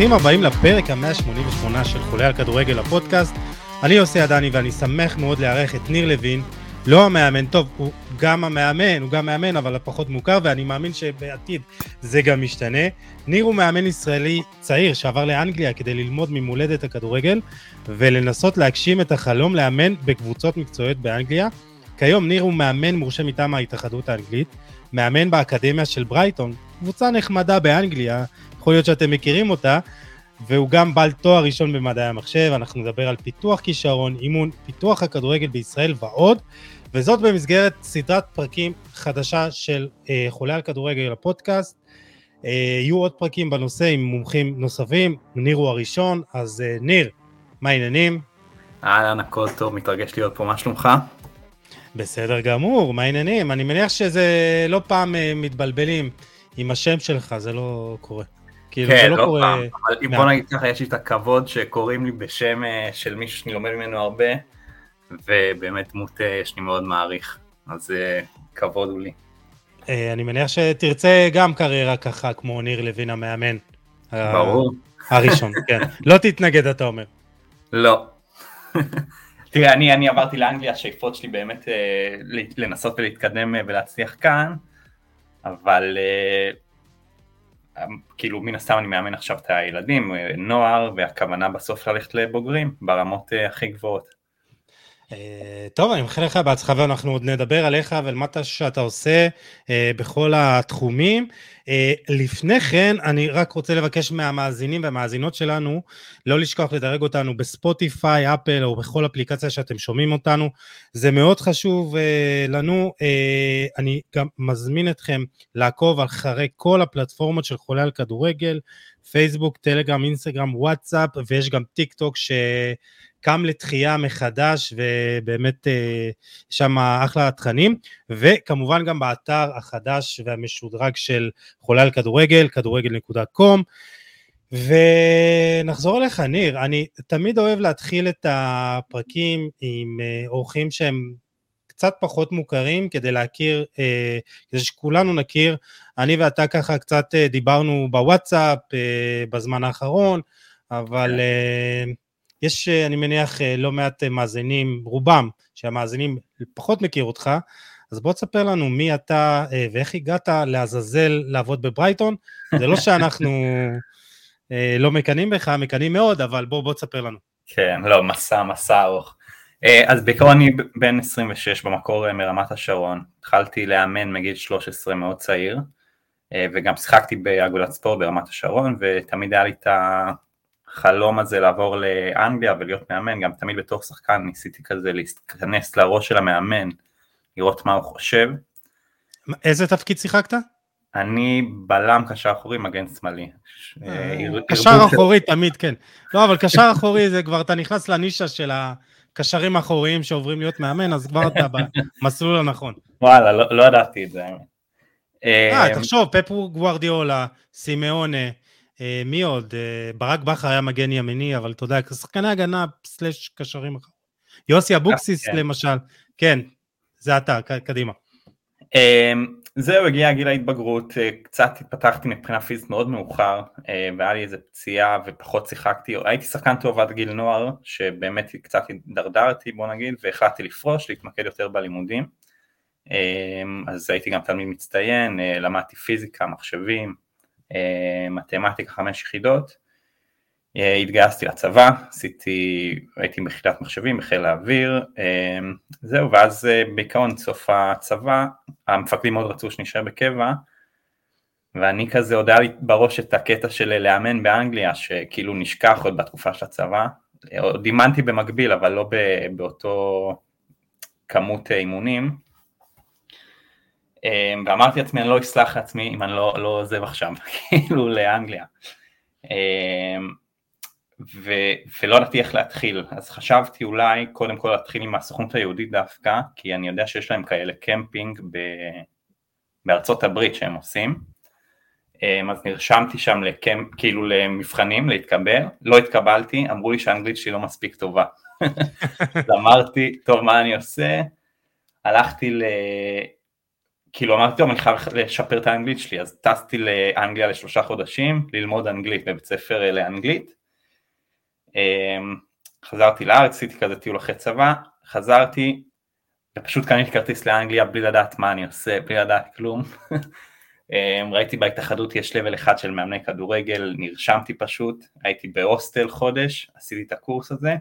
ברוכים הבאים לפרק ה-188 של חולה על כדורגל הפודקאסט. אני יוסי עדני ואני שמח מאוד לארח את ניר לוין, לא המאמן, טוב, הוא גם מאמן, אבל הפחות מוכר, ואני מאמין שבעתיד זה גם משתנה. ניר הוא מאמן ישראלי צעיר שעבר לאנגליה כדי ללמוד ממולדת הכדורגל, ולנסות להגשים את החלום לאמן בקבוצות מקצועיות באנגליה. כיום ניר הוא מאמן מורשה מטעם ההתאחדות האנגלית, מאמן באקדמיה של ברייטון, קבוצה נחמדה באנגליה, יכול להיות שאתם מכירים אותה, והוא גם בעל תואר ראשון במדעי המחשב. אנחנו נדבר על פיתוח כישרון, אימון, פיתוח הכדורגל בישראל ועוד, וזאת במסגרת סדרת פרקים חדשה של חולה על כדורגל הפודקאסט. יהיו עוד פרקים בנושא עם מומחים נוספים, ניר הוא הראשון, אז ניר, מה העניינים? אהלן, הכל טוב, מתרגש להיות פה, מה שלומך? בסדר גמור, מה העניינים? אני מניח שזה לא פעם מתבלבלים עם השם שלך, זה לא קורה. כן, לא קורה... פעם, אבל בוא נגיד ככה, יש לי את הכבוד שקוראים לי בשם של מישהו שאני לומד ממנו הרבה, ובאמת דמות שאני מאוד מעריך, אז כבוד הוא לי. אני מניח שתרצה גם קריירה ככה, כמו ניר לוין המאמן. ברור. הראשון, כן. לא תתנגד, אתה אומר. לא. תראה, אני עברתי לאנגליה, השאיפות שלי באמת לנסות ולהתקדם ולהצליח כאן, אבל כאילו מן הסתם אני מאמן עכשיו את הילדים, נוער, והכוונה בסוף ללכת לבוגרים ברמות הכי גבוהות. טוב, אני מאחל לך בהצלחה, ואנחנו עוד נדבר עליך ועל מה שאתה עושה בכל התחומים. לפני כן, אני רק רוצה לבקש מהמאזינים והמאזינות שלנו, לא לשכוח לדרג אותנו בספוטיפיי, אפל או בכל אפליקציה שאתם שומעים אותנו, זה מאוד חשוב לנו. אני גם מזמין אתכם לעקוב אחרי כל הפלטפורמות של חולה על כדורגל, פייסבוק, טלגרם, אינסטגרם, וואטסאפ, ויש גם טיק טוק קם לתחייה מחדש, ובאמת שם אחלה תכנים, וכמובן גם באתר החדש והמשודרג של חולה על כדורגל, כדורגל.com, ונחזור אליך ניר. אני תמיד אוהב להתחיל את הפרקים עם אורחים שהם קצת פחות מוכרים, כדי להכיר, כדי שכולנו נכיר. אני ואתה ככה קצת דיברנו בוואטסאפ בזמן האחרון, אבל יש, אני מניח, לא מעט מאזינים, רובם שהמאזינים פחות מכיר אותך, אז בוא תספר לנו מי אתה ואיך הגעת לעזאזל לעבוד בברייטון. זה לא שאנחנו לא מקנים בך, מקנים מאוד, אבל בוא תספר לנו. כן, לא, מסע ארוך. אז בעיקר אני בן 26 במקור מרמת השרון, התחלתי לאמן מגיל 13 מאוד צעיר, וגם שיחקתי באגודת ספורט ברמת השרון, ותמיד היה לי את החלום הזה לעבור לאנגליה ולהיות מאמן. גם תמיד בתור שחקן ניסיתי כזה להיכנס לראש של המאמן, לראות מה הוא חושב. איזה תפקיד שיחקת? אני בלם, קשר אחורי, מגן שמאלי. קשר אחורי תמיד, כן. לא, אבל קשר אחורי זה כבר, אתה נכנס לנישה של הקשרים האחוריים שעוברים להיות מאמן, אז כבר אתה במסלול הנכון. וואלה, לא ידעתי את זה. תחשוב, פפ גוארדיולה, סימאונה, מי עוד? ברק בכר היה מגן ימיני, אבל אתה יודע, שחקני הגנה סלש קשרים אחרים. יוסי אבוקסיס למשל, כן, זה אתה, קדימה. זהו, הגיע גיל ההתבגרות, קצת התפתחתי מבחינה פיזית מאוד מאוחר, והיה לי איזה פציעה ופחות שיחקתי, הייתי שחקן טוב עד גיל נוער, שבאמת קצת דרדרתי, בוא נגיד, והחלטתי לפרוש, להתמקד יותר בלימודים, אז הייתי גם תלמיד מצטיין, למדתי פיזיקה, מחשבים, מתמטיקה 5 יחידות, התגייסתי לצבא, הייתי ביחידת מחשבים, בחיל האוויר, זהו, ואז בעיקרון סוף הצבא, המפקדים מאוד רצו שנשאר בקבע, ואני כזה עוד היה לי בראש את הקטע של לאמן באנגליה, שכאילו נשכח עוד בתקופה של הצבא, עוד אימנתי במקביל, אבל לא באותו כמות אימונים, ואמרתי לעצמי, אני לא אסלח לעצמי אם אני לא עוזב עכשיו, כאילו לאנגליה. ולא ידעתי איך להתחיל, אז חשבתי אולי קודם כל להתחיל עם הסוכנות היהודית דווקא, כי אני יודע שיש להם כאלה קמפינג בארצות הברית שהם עושים, אז נרשמתי שם כאילו למבחנים, להתקבל, לא התקבלתי, אמרו לי שהאנגלית שלי לא מספיק טובה, אז אמרתי, טוב מה אני עושה, הלכתי כאילו אמרתי, טוב, אני חייב לשפר את האנגלית שלי, אז טסתי לאנגליה ל3 חודשים, ללמוד אנגלית בבית ספר לאנגלית, חזרתי לארץ, עשיתי כזה טיול אחרי צבא, חזרתי, ופשוט קניתי כרטיס לאנגליה בלי לדעת מה אני עושה, בלי לדעת כלום, ראיתי בהתאחדות יש לבל אחד של מאמני כדורגל, נרשמתי פשוט, הייתי בהוסטל חודש, עשיתי את הקורס הזה,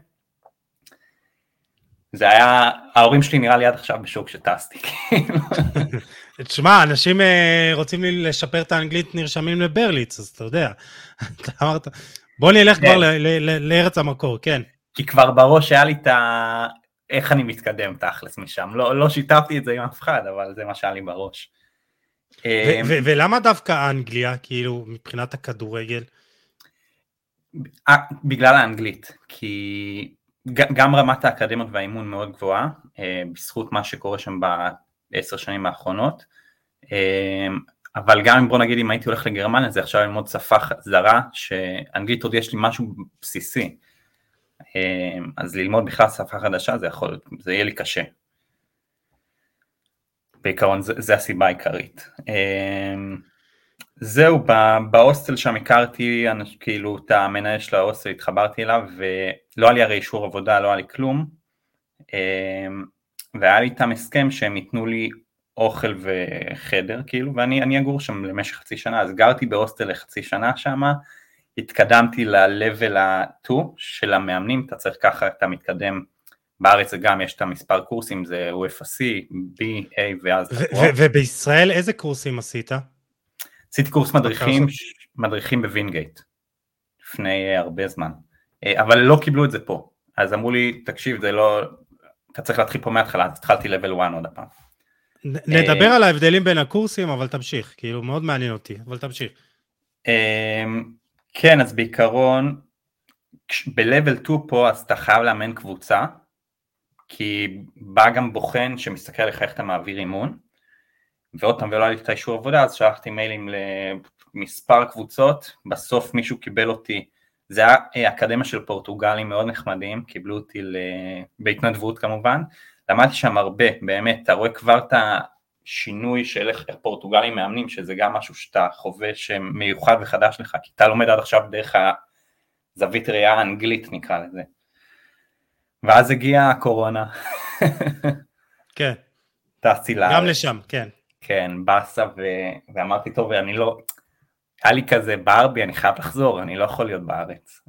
זה היה, ההורים שלי נראה לי עד עכשיו בשוק שטסתי. תשמע, אנשים רוצים לי לשפר את האנגלית, נרשמים לברליץ, אז אתה יודע, אתה אמרת, בוא נלך כבר לארץ המקור, כן. כי כבר בראש היה לי את איך אני מתקדם תכלס משם, לא שיתפתי את זה עם אף אחד, אבל זה מה שהיה לי בראש. ולמה דווקא אנגליה, כאילו, מבחינת הכדורגל? בגלל האנגלית, כי גם רמת האקדמיות והאימון מאוד גבוהה, בזכות מה שקורה שם ב10 שנים האחרונות, אבל גם בוא נגיד אם הייתי הולך לגרמניה, זה עכשיו ללמוד שפה זרה, שאנגלית עוד יש לי משהו בסיסי, אז ללמוד בכלל שפה חדשה זה יהיה לי קשה. בעיקרון זה הסיבה העיקרית. זהו, בהוסטל שם הכרתי כאילו את המנהל של ההוסטל, התחברתי אליו, ולא היה לי הרי אישור עבודה, לא היה לי כלום, והיה לי איתם הסכם שהם ייתנו לי אוכל וחדר, כאילו, ואני אגור שם למשך חצי שנה, אז גרתי בהוסטל לחצי שנה שם, התקדמתי ל-level 2 של המאמנים, אתה צריך ככה, אתה מתקדם, בארץ זה גם יש את המספר קורסים, זה UFC, B, A ואז... ובישראל איזה קורסים עשית? עשיתי קורס מדריכים בווינגייט, לפני הרבה זמן, אבל לא קיבלו את זה פה, אז אמרו לי, תקשיב, זה לא, אתה צריך להתחיל פה מההתחלה, אז התחלתי level 1 עוד הפעם. נדבר על ההבדלים בין הקורסים, אבל תמשיך, כאילו מאוד מעניין אותי, אבל תמשיך. כן, אז בעיקרון, ב-level 2 פה, אז אתה חייב לאמן קבוצה, כי בא גם בוחן שמסתכל עליך איך אתה מעביר אימון, ועוד פעם ולא היה לי את האישור עבודה, אז שלחתי מיילים למספר קבוצות, בסוף מישהו קיבל אותי, זה היה אקדמיה של פורטוגלים מאוד נחמדים, קיבלו אותי בהתנדבות כמובן, למדתי שם הרבה, באמת, אתה רואה כבר את השינוי של איך פורטוגלים מאמנים, שזה גם משהו שאתה חווה שמיוחד וחדש לך, כי אתה לומד עד עכשיו דרך הזווית ראייה האנגלית נקרא לזה, ואז הגיעה הקורונה. כן. טסתי לארץ. גם לשם, כן. כן, בסה, ואמרתי, טוב, אני לא, היה לי כזה ברבי, אני חייב לחזור, אני לא יכול להיות בארץ.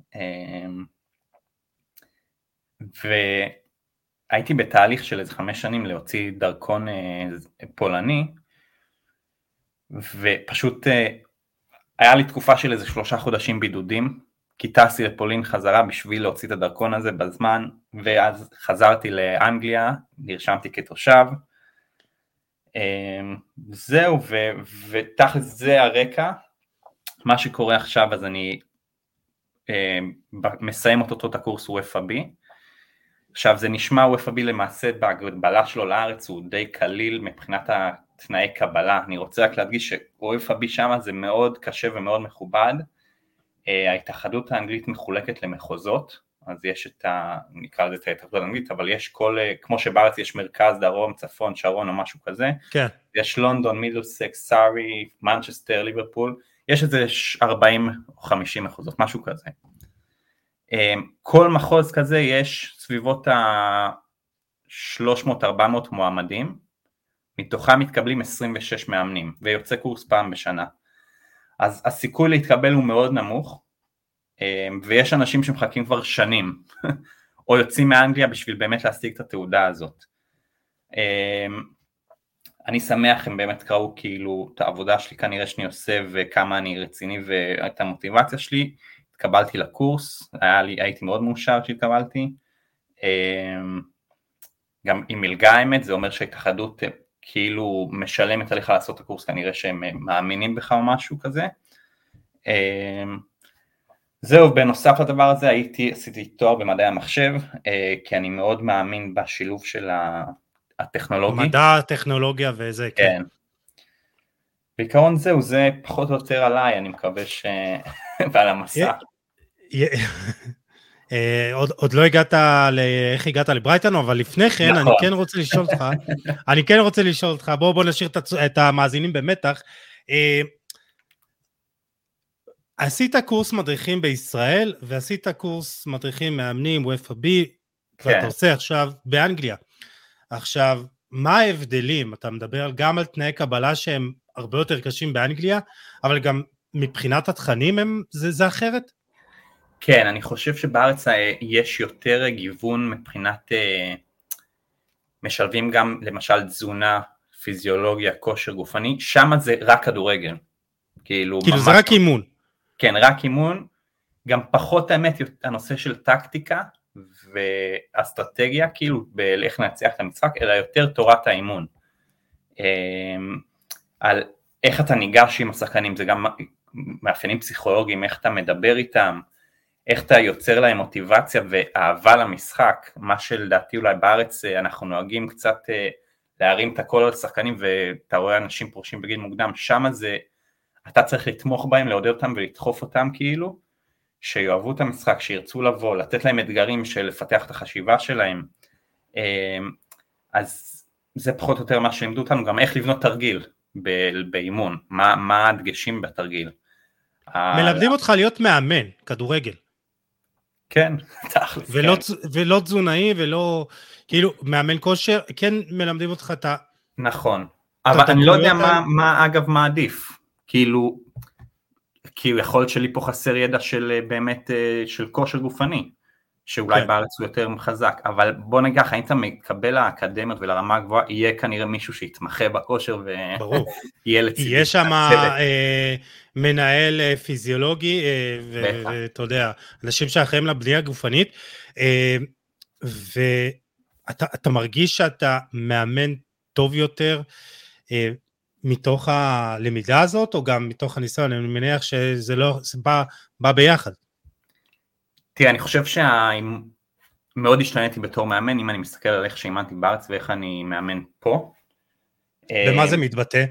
והייתי בתהליך של איזה 5 שנים להוציא דרכון פולני, ופשוט היה לי תקופה של איזה 3 חודשים בידודים, כי טסתי לפולין חזרה בשביל להוציא את הדרכון הזה בזמן, ואז חזרתי לאנגליה, נרשמתי כתושב, זהו, ותכל'ס זה הרקע, מה שקורה עכשיו, אז אני מסיים אותו את הקורס UFB, עכשיו זה נשמע UFB למעשה בהגבלה שלו לארץ, הוא די קליל מבחינת התנאי קבלה, אני רוצה רק להדגיש ש-UFB שם זה מאוד קשה ומאוד מכובד, ההתאחדות האנגלית מחולקת למחוזות, אז יש את נקרא לזה את ההתאחדות האנגלית, אבל יש כמו שבארץ יש מרכז, דרום, צפון, שרון או משהו כזה, כן. יש לונדון, מידלסקס, סארי, מנצ'סטר, ליברפול, יש איזה 40 או 50 מחוזות, משהו כזה. כל מחוז כזה יש סביבות ה-300-400 מועמדים, מתוכם מתקבלים 26 מאמנים, ויוצא קורס פעם בשנה. אז הסיכוי להתקבל הוא מאוד נמוך, ויש אנשים שמחכים כבר שנים, או יוצאים מאנגליה בשביל באמת להשיג את התעודה הזאת. אני שמח, הם באמת קראו כאילו את העבודה שלי כנראה שאני עושה, וכמה אני רציני ואת המוטיבציה שלי, התקבלתי לקורס, הייתי מאוד מאושר שהתקבלתי, גם עם מלגה האמת, זה אומר שההתאחדות כאילו משלמת עליך לעשות את הקורס, כנראה שהם מאמינים בך או משהו כזה. זהו, בנוסף לדבר הזה עשיתי תואר במדעי המחשב, כי אני מאוד מאמין בשילוב של הטכנולוגי. מדע, טכנולוגיה וזה, כן. בעיקרון זהו, זה פחות או יותר עליי, אני מקווה ועל המסע. עוד לא הגעת איך הגעת לברייטון, אבל לפני כן אני כן רוצה לשאול אותך, בוא נשאיר את המאזינים במתח. עשית קורס מדריכים בישראל, ועשית קורס מדריכים מאמנים, WFB, ואתה עושה עכשיו באנגליה. עכשיו, מה ההבדלים? אתה מדבר גם על תנאי קבלה שהם הרבה יותר קשים באנגליה, אבל גם מבחינת התכנים זה אחרת? כן, אני חושב שבארץ יש יותר גיוון מבחינת, משלבים גם למשל תזונה, פיזיולוגיה, כושר גופני, שם זה רק כדורגל. כאילו זה רק אימון. כן, רק אימון, גם פחות האמת הנושא של טקטיקה ואסטרטגיה, כאילו באיך נצליח את המשחק, אלא יותר תורת האימון. על איך אתה ניגש עם השחקנים, זה גם מאפיינים פסיכולוגיים, איך אתה מדבר איתם, איך אתה יוצר להם מוטיבציה ואהבה למשחק, מה שלדעתי אולי בארץ אנחנו נוהגים קצת להרים את הכל על שחקנים, ואתה רואה אנשים פורשים בגיל מוקדם, שם זה, אתה צריך לתמוך בהם, לעודד אותם ולדחוף אותם כאילו, שיאהבו את המשחק, שירצו לבוא, לתת להם אתגרים של לפתח את החשיבה שלהם, אז זה פחות או יותר מה שלימדו אותנו, גם איך לבנות תרגיל באימון, מה הדגשים בתרגיל. מלמדים אותך להיות מאמן, כדורגל. כן, תכלס. ולא תזונאי, ולא, כאילו, מאמן כושר, כן מלמדים אותך את ה... נכון, אבל אני לא יודע מה עדיף, כאילו, כי יכול להיות שלי פה חסר ידע של באמת, של כושר גופני, שאולי בארץ הוא יותר חזק, אבל בוא נגח, האם אתה מקבל לאקדמיות ולרמה הגבוהה, יהיה כנראה מישהו שיתמחה בכושר, ויהיה לצידי. יהיה שם מנהל פיזיולוגי, ואתה יודע, אנשים שאחראים לבנייה גופנית, ואתה מרגיש שאתה מאמן טוב יותר, מתוך הלמידה הזאת, או גם מתוך הניסיון, אני מניח שזה לא, זה בא ביחד. תראה, אני חושב מאוד השתניתי בתור מאמן, אם אני מסתכל על איך שאימנתי בארץ, ואיך אני מאמן פה. במה זה מתבטא?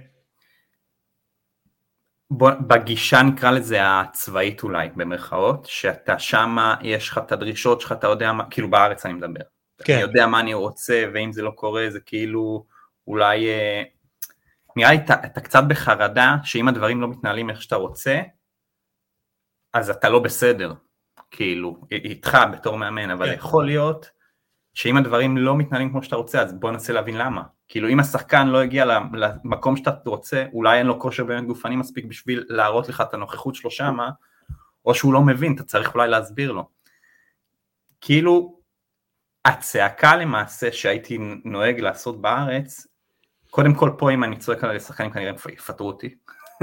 בגישה נקרא לזה הצבאית אולי, במרכאות, שאתה שמה, יש לך את הדרישות שלך, אתה יודע מה, כאילו בארץ אני מדבר. כן. אני יודע מה אני רוצה, ואם זה לא קורה, זה כאילו, אולי, נראה לי, אתה קצת בחרדה, שאם הדברים לא מתנהלים איך שאתה רוצה, אז אתה לא בסדר. כאילו, איתך בתור מאמן, אבל יכול להיות שאם הדברים לא מתנהלים כמו שאתה רוצה, אז בוא ננסה להבין למה. כאילו, אם השחקן לא הגיע למקום שאתה רוצה, אולי אין לו כושר באמת גופני מספיק בשביל להראות לך את הנוכחות שלו שמה, או שהוא לא מבין, אתה צריך אולי להסביר לו. כאילו, הצעקה למעשה שהייתי נוהג לעשות בארץ, קודם כל פה אם אני צועק על השחקנים כנראה יפטרו אותי,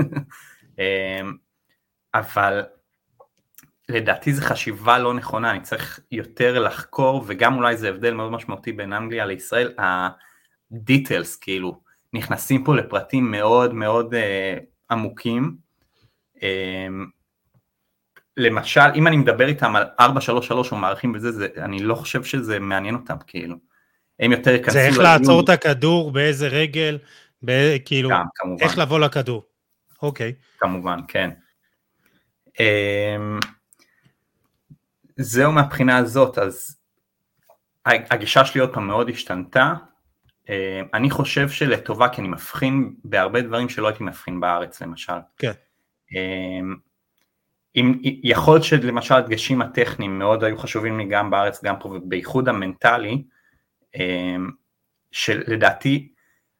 אבל לדעתי זה חשיבה לא נכונה, אני צריך יותר לחקור, וגם אולי זה הבדל מאוד משמעותי בין אנגליה לישראל, הדיטלס כאילו, נכנסים פה לפרטים מאוד מאוד עמוקים, למשל, אם אני מדבר איתם על 433 או מערכים בזה, אני לא חושב שזה מעניין אותם כאילו, הם יותר יכנסו... זה איך לעצור את הכדור, באיזה רגל, כאילו, איך לבוא לכדור, אוקיי. כמובן, כן. זהו מהבחינה הזאת, אז הגישה שלי עוד פעם מאוד השתנתה, אני חושב שלטובה, כי אני מבחין בהרבה דברים שלא הייתי מבחין בארץ למשל. כן. יכול להיות שלמשל הדגשים הטכניים מאוד היו חשובים לי גם בארץ, גם פה, ובייחוד המנטלי, שלדעתי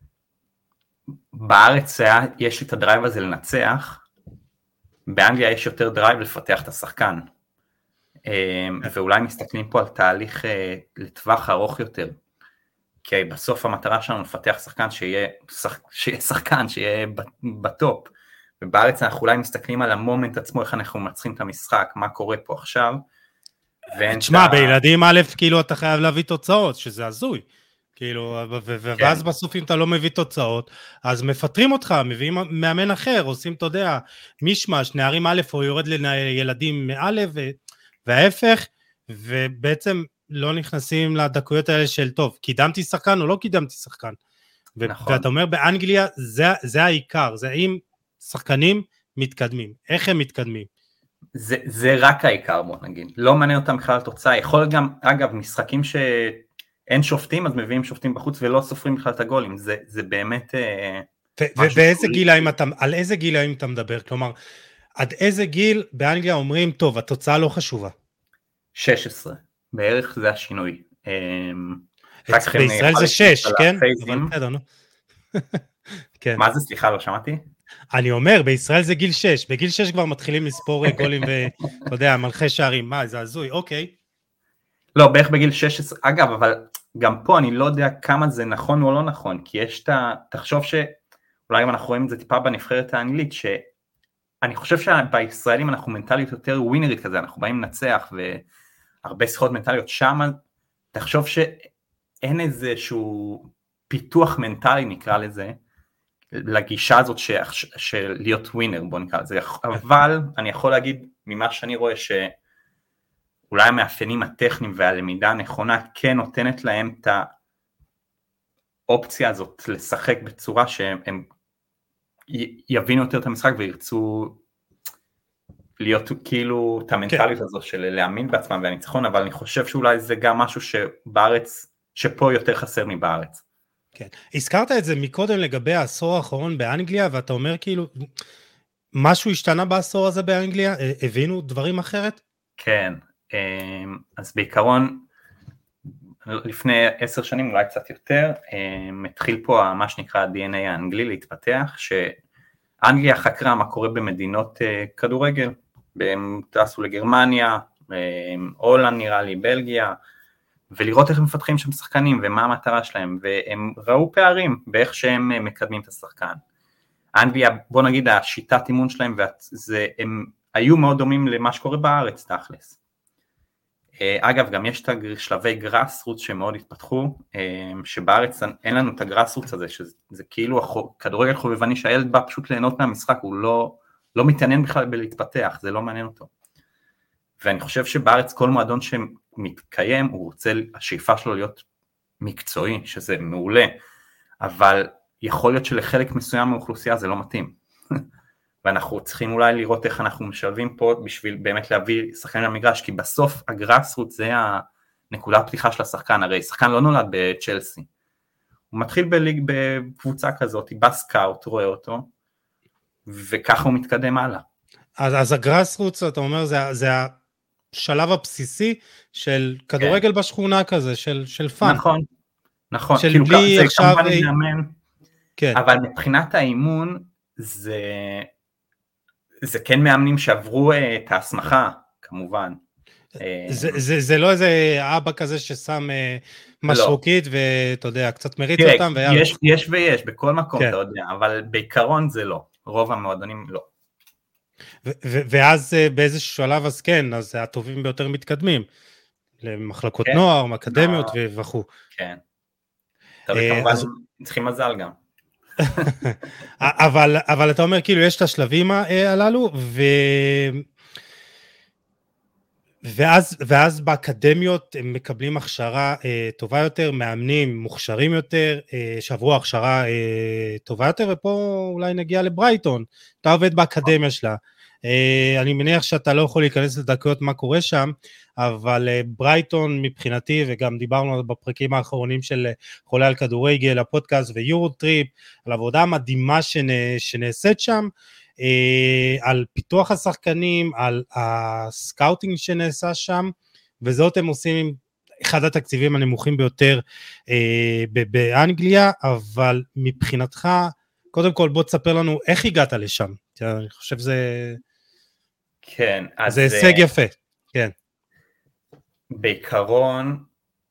בארץ יש לי את הדרייב הזה לנצח, באנגליה יש יותר דרייב לפתח את השחקן, ואולי מסתכלים פה על תהליך לטווח ארוך יותר, כי בסוף המטרה שלנו לפתח שחקן שיהיה שחקן, שיהיה בטופ, ובארץ אנחנו אולי מסתכלים על המומנט עצמו, איך אנחנו מצליחים את המשחק, מה קורה פה עכשיו. תשמע, בילדים א', כאילו אתה חייב להביא תוצאות, שזה הזוי, כאילו, ואז בסוף אם אתה לא מביא תוצאות, אז מפטרים אותך, מביאים מאמן אחר, עושים, אתה יודע, מישמש, נערים א', או יורד לילדים א', וההפך, ובעצם לא נכנסים לדקויות האלה של טוב, קידמתי שחקן או לא קידמתי שחקן, ואתה אומר באנגליה, זה העיקר, זה האם שחקנים מתקדמים, איך הם מתקדמים, זה רק העיקר, בוא נגיד, לא מעניין אותם בכלל התוצאה, יכול להיות גם, אגב, משחקים שאין שופטים, אז מביאים שופטים בחוץ ולא סופרים בכלל את הגולים, זה באמת ובאיזה גילאים על איזה גילאים אתה מדבר? כלומר, עד איזה גיל באנגליה אומרים, טוב, התוצאה לא חשובה? 16, בערך זה השינוי. בישראל זה 6, כן? מה זה, סליחה, לא שמעתי? אני אומר, בישראל זה גיל 6, בגיל 6 כבר מתחילים לספור גולים ואתה יודע, מלכי שערים, מה, זה הזוי, אוקיי. לא, בערך בגיל 16, אגב, אבל גם פה אני לא יודע כמה זה נכון או לא נכון, כי יש תחשוב שאולי אם אנחנו רואים את זה טיפה בנבחרת האנגלית, שאני חושב שבישראלים אנחנו מנטליות יותר ווינרית כזה, אנחנו באים לנצח והרבה שיחות מנטליות, שם תחשוב שאין איזשהו פיתוח מנטלי נקרא לזה, לגישה הזאת של להיות ווינר, בוא נקרא לזה, אבל אני יכול להגיד ממה שאני רואה שאולי המאפיינים הטכניים והלמידה הנכונה כן נותנת להם את האופציה הזאת לשחק בצורה שהם יבינו יותר את המשחק וירצו להיות כאילו את המנטליות הזו של להאמין בעצמם והניצחון, אבל אני חושב שאולי זה גם משהו שבארץ, שפה יותר חסר מבארץ. כן, הזכרת את זה מקודם לגבי העשור האחרון באנגליה, ואתה אומר כאילו, משהו השתנה בעשור הזה באנגליה? הבינו דברים אחרת? כן, אז בעיקרון, לפני 10 שנים, אולי קצת יותר, התחיל פה מה שנקרא ה-DNA האנגלי להתפתח, שאנגליה חקרה מה קורה במדינות כדורגל, הם טסו לגרמניה, הולנד נראה לי, בלגיה, ולראות איך הם מפתחים שם שחקנים ומה המטרה שלהם, והם ראו פערים באיך שהם מקדמים את השחקן. אנגליה, בוא נגיד, השיטת אימון שלהם, הם היו מאוד דומים למה שקורה בארץ, תכלס. אגב, גם יש את שלבי גראסרוץ שמאוד התפתחו, שבארץ אין לנו את הגראסרוץ הזה, שזה כאילו כדורגל חובבני שהילד בא פשוט ליהנות מהמשחק, הוא לא מתעניין בכלל בלהתפתח, זה לא מעניין אותו. ואני חושב שבארץ כל מועדון שמתקיים, הוא רוצה, השאיפה שלו להיות מקצועי, שזה מעולה, אבל יכול להיות שלחלק מסוים מהאוכלוסייה זה לא מתאים. ואנחנו צריכים אולי לראות איך אנחנו משלבים פה, בשביל באמת להביא שחקנים למגרש, כי בסוף הגראסרוט זה הנקודה הפתיחה של השחקן, הרי שחקן לא נולד בצ'לסי. הוא מתחיל בקבוצה כזאת, בא סקאוט, רואה אותו, וככה הוא מתקדם הלאה. אז הגראסרוט, אתה אומר, זה השלב הבסיסי של כדורגל בשכונה כזה, של פאן. נכון, של כאילו בלי זה עכשיו... כמובן מאמן, כן. אבל מבחינת האימון, זה כן מאמנים שעברו את ההסמכה, כמובן. זה לא איזה אבא כזה ששם משרוקית, ואתה יודע, קצת מריץ אותם. יש ויש, בכל מקום, אתה יודע, אבל בעיקרון זה לא, רוב המועדונים לא. ואז באיזשהו שלב, אז כן, אז הטובים ביותר מתקדמים, למחלקות נוער, אקדמיות וכו'. כן. כמובן, צריכים מזל גם. אבל אתה אומר, כאילו, יש את השלבים הללו, ואז באקדמיות הם מקבלים הכשרה טובה יותר, מאמנים מוכשרים יותר, שעברו הכשרה טובה יותר, ופה אולי נגיע לברייטון, אתה עובד באקדמיה שלה, אני מניח שאתה לא יכול להיכנס לדקויות מה קורה שם, אבל ברייטון מבחינתי, וגם דיברנו בפרקים האחרונים של חולה על כדורגל, הפודקאסט ויורו טריפ, על עבודה מדהימה שנעשית שם, על פיתוח השחקנים, על הסקאוטינג שנעשה שם, וזאת הם עושים אחד התקציבים הנמוכים ביותר באנגליה, אבל מבחינתך, קודם כל בוא תספר לנו איך הגעת לשם, אני חושב זה... כן, אז... זה הישג יפה, כן. בעיקרון,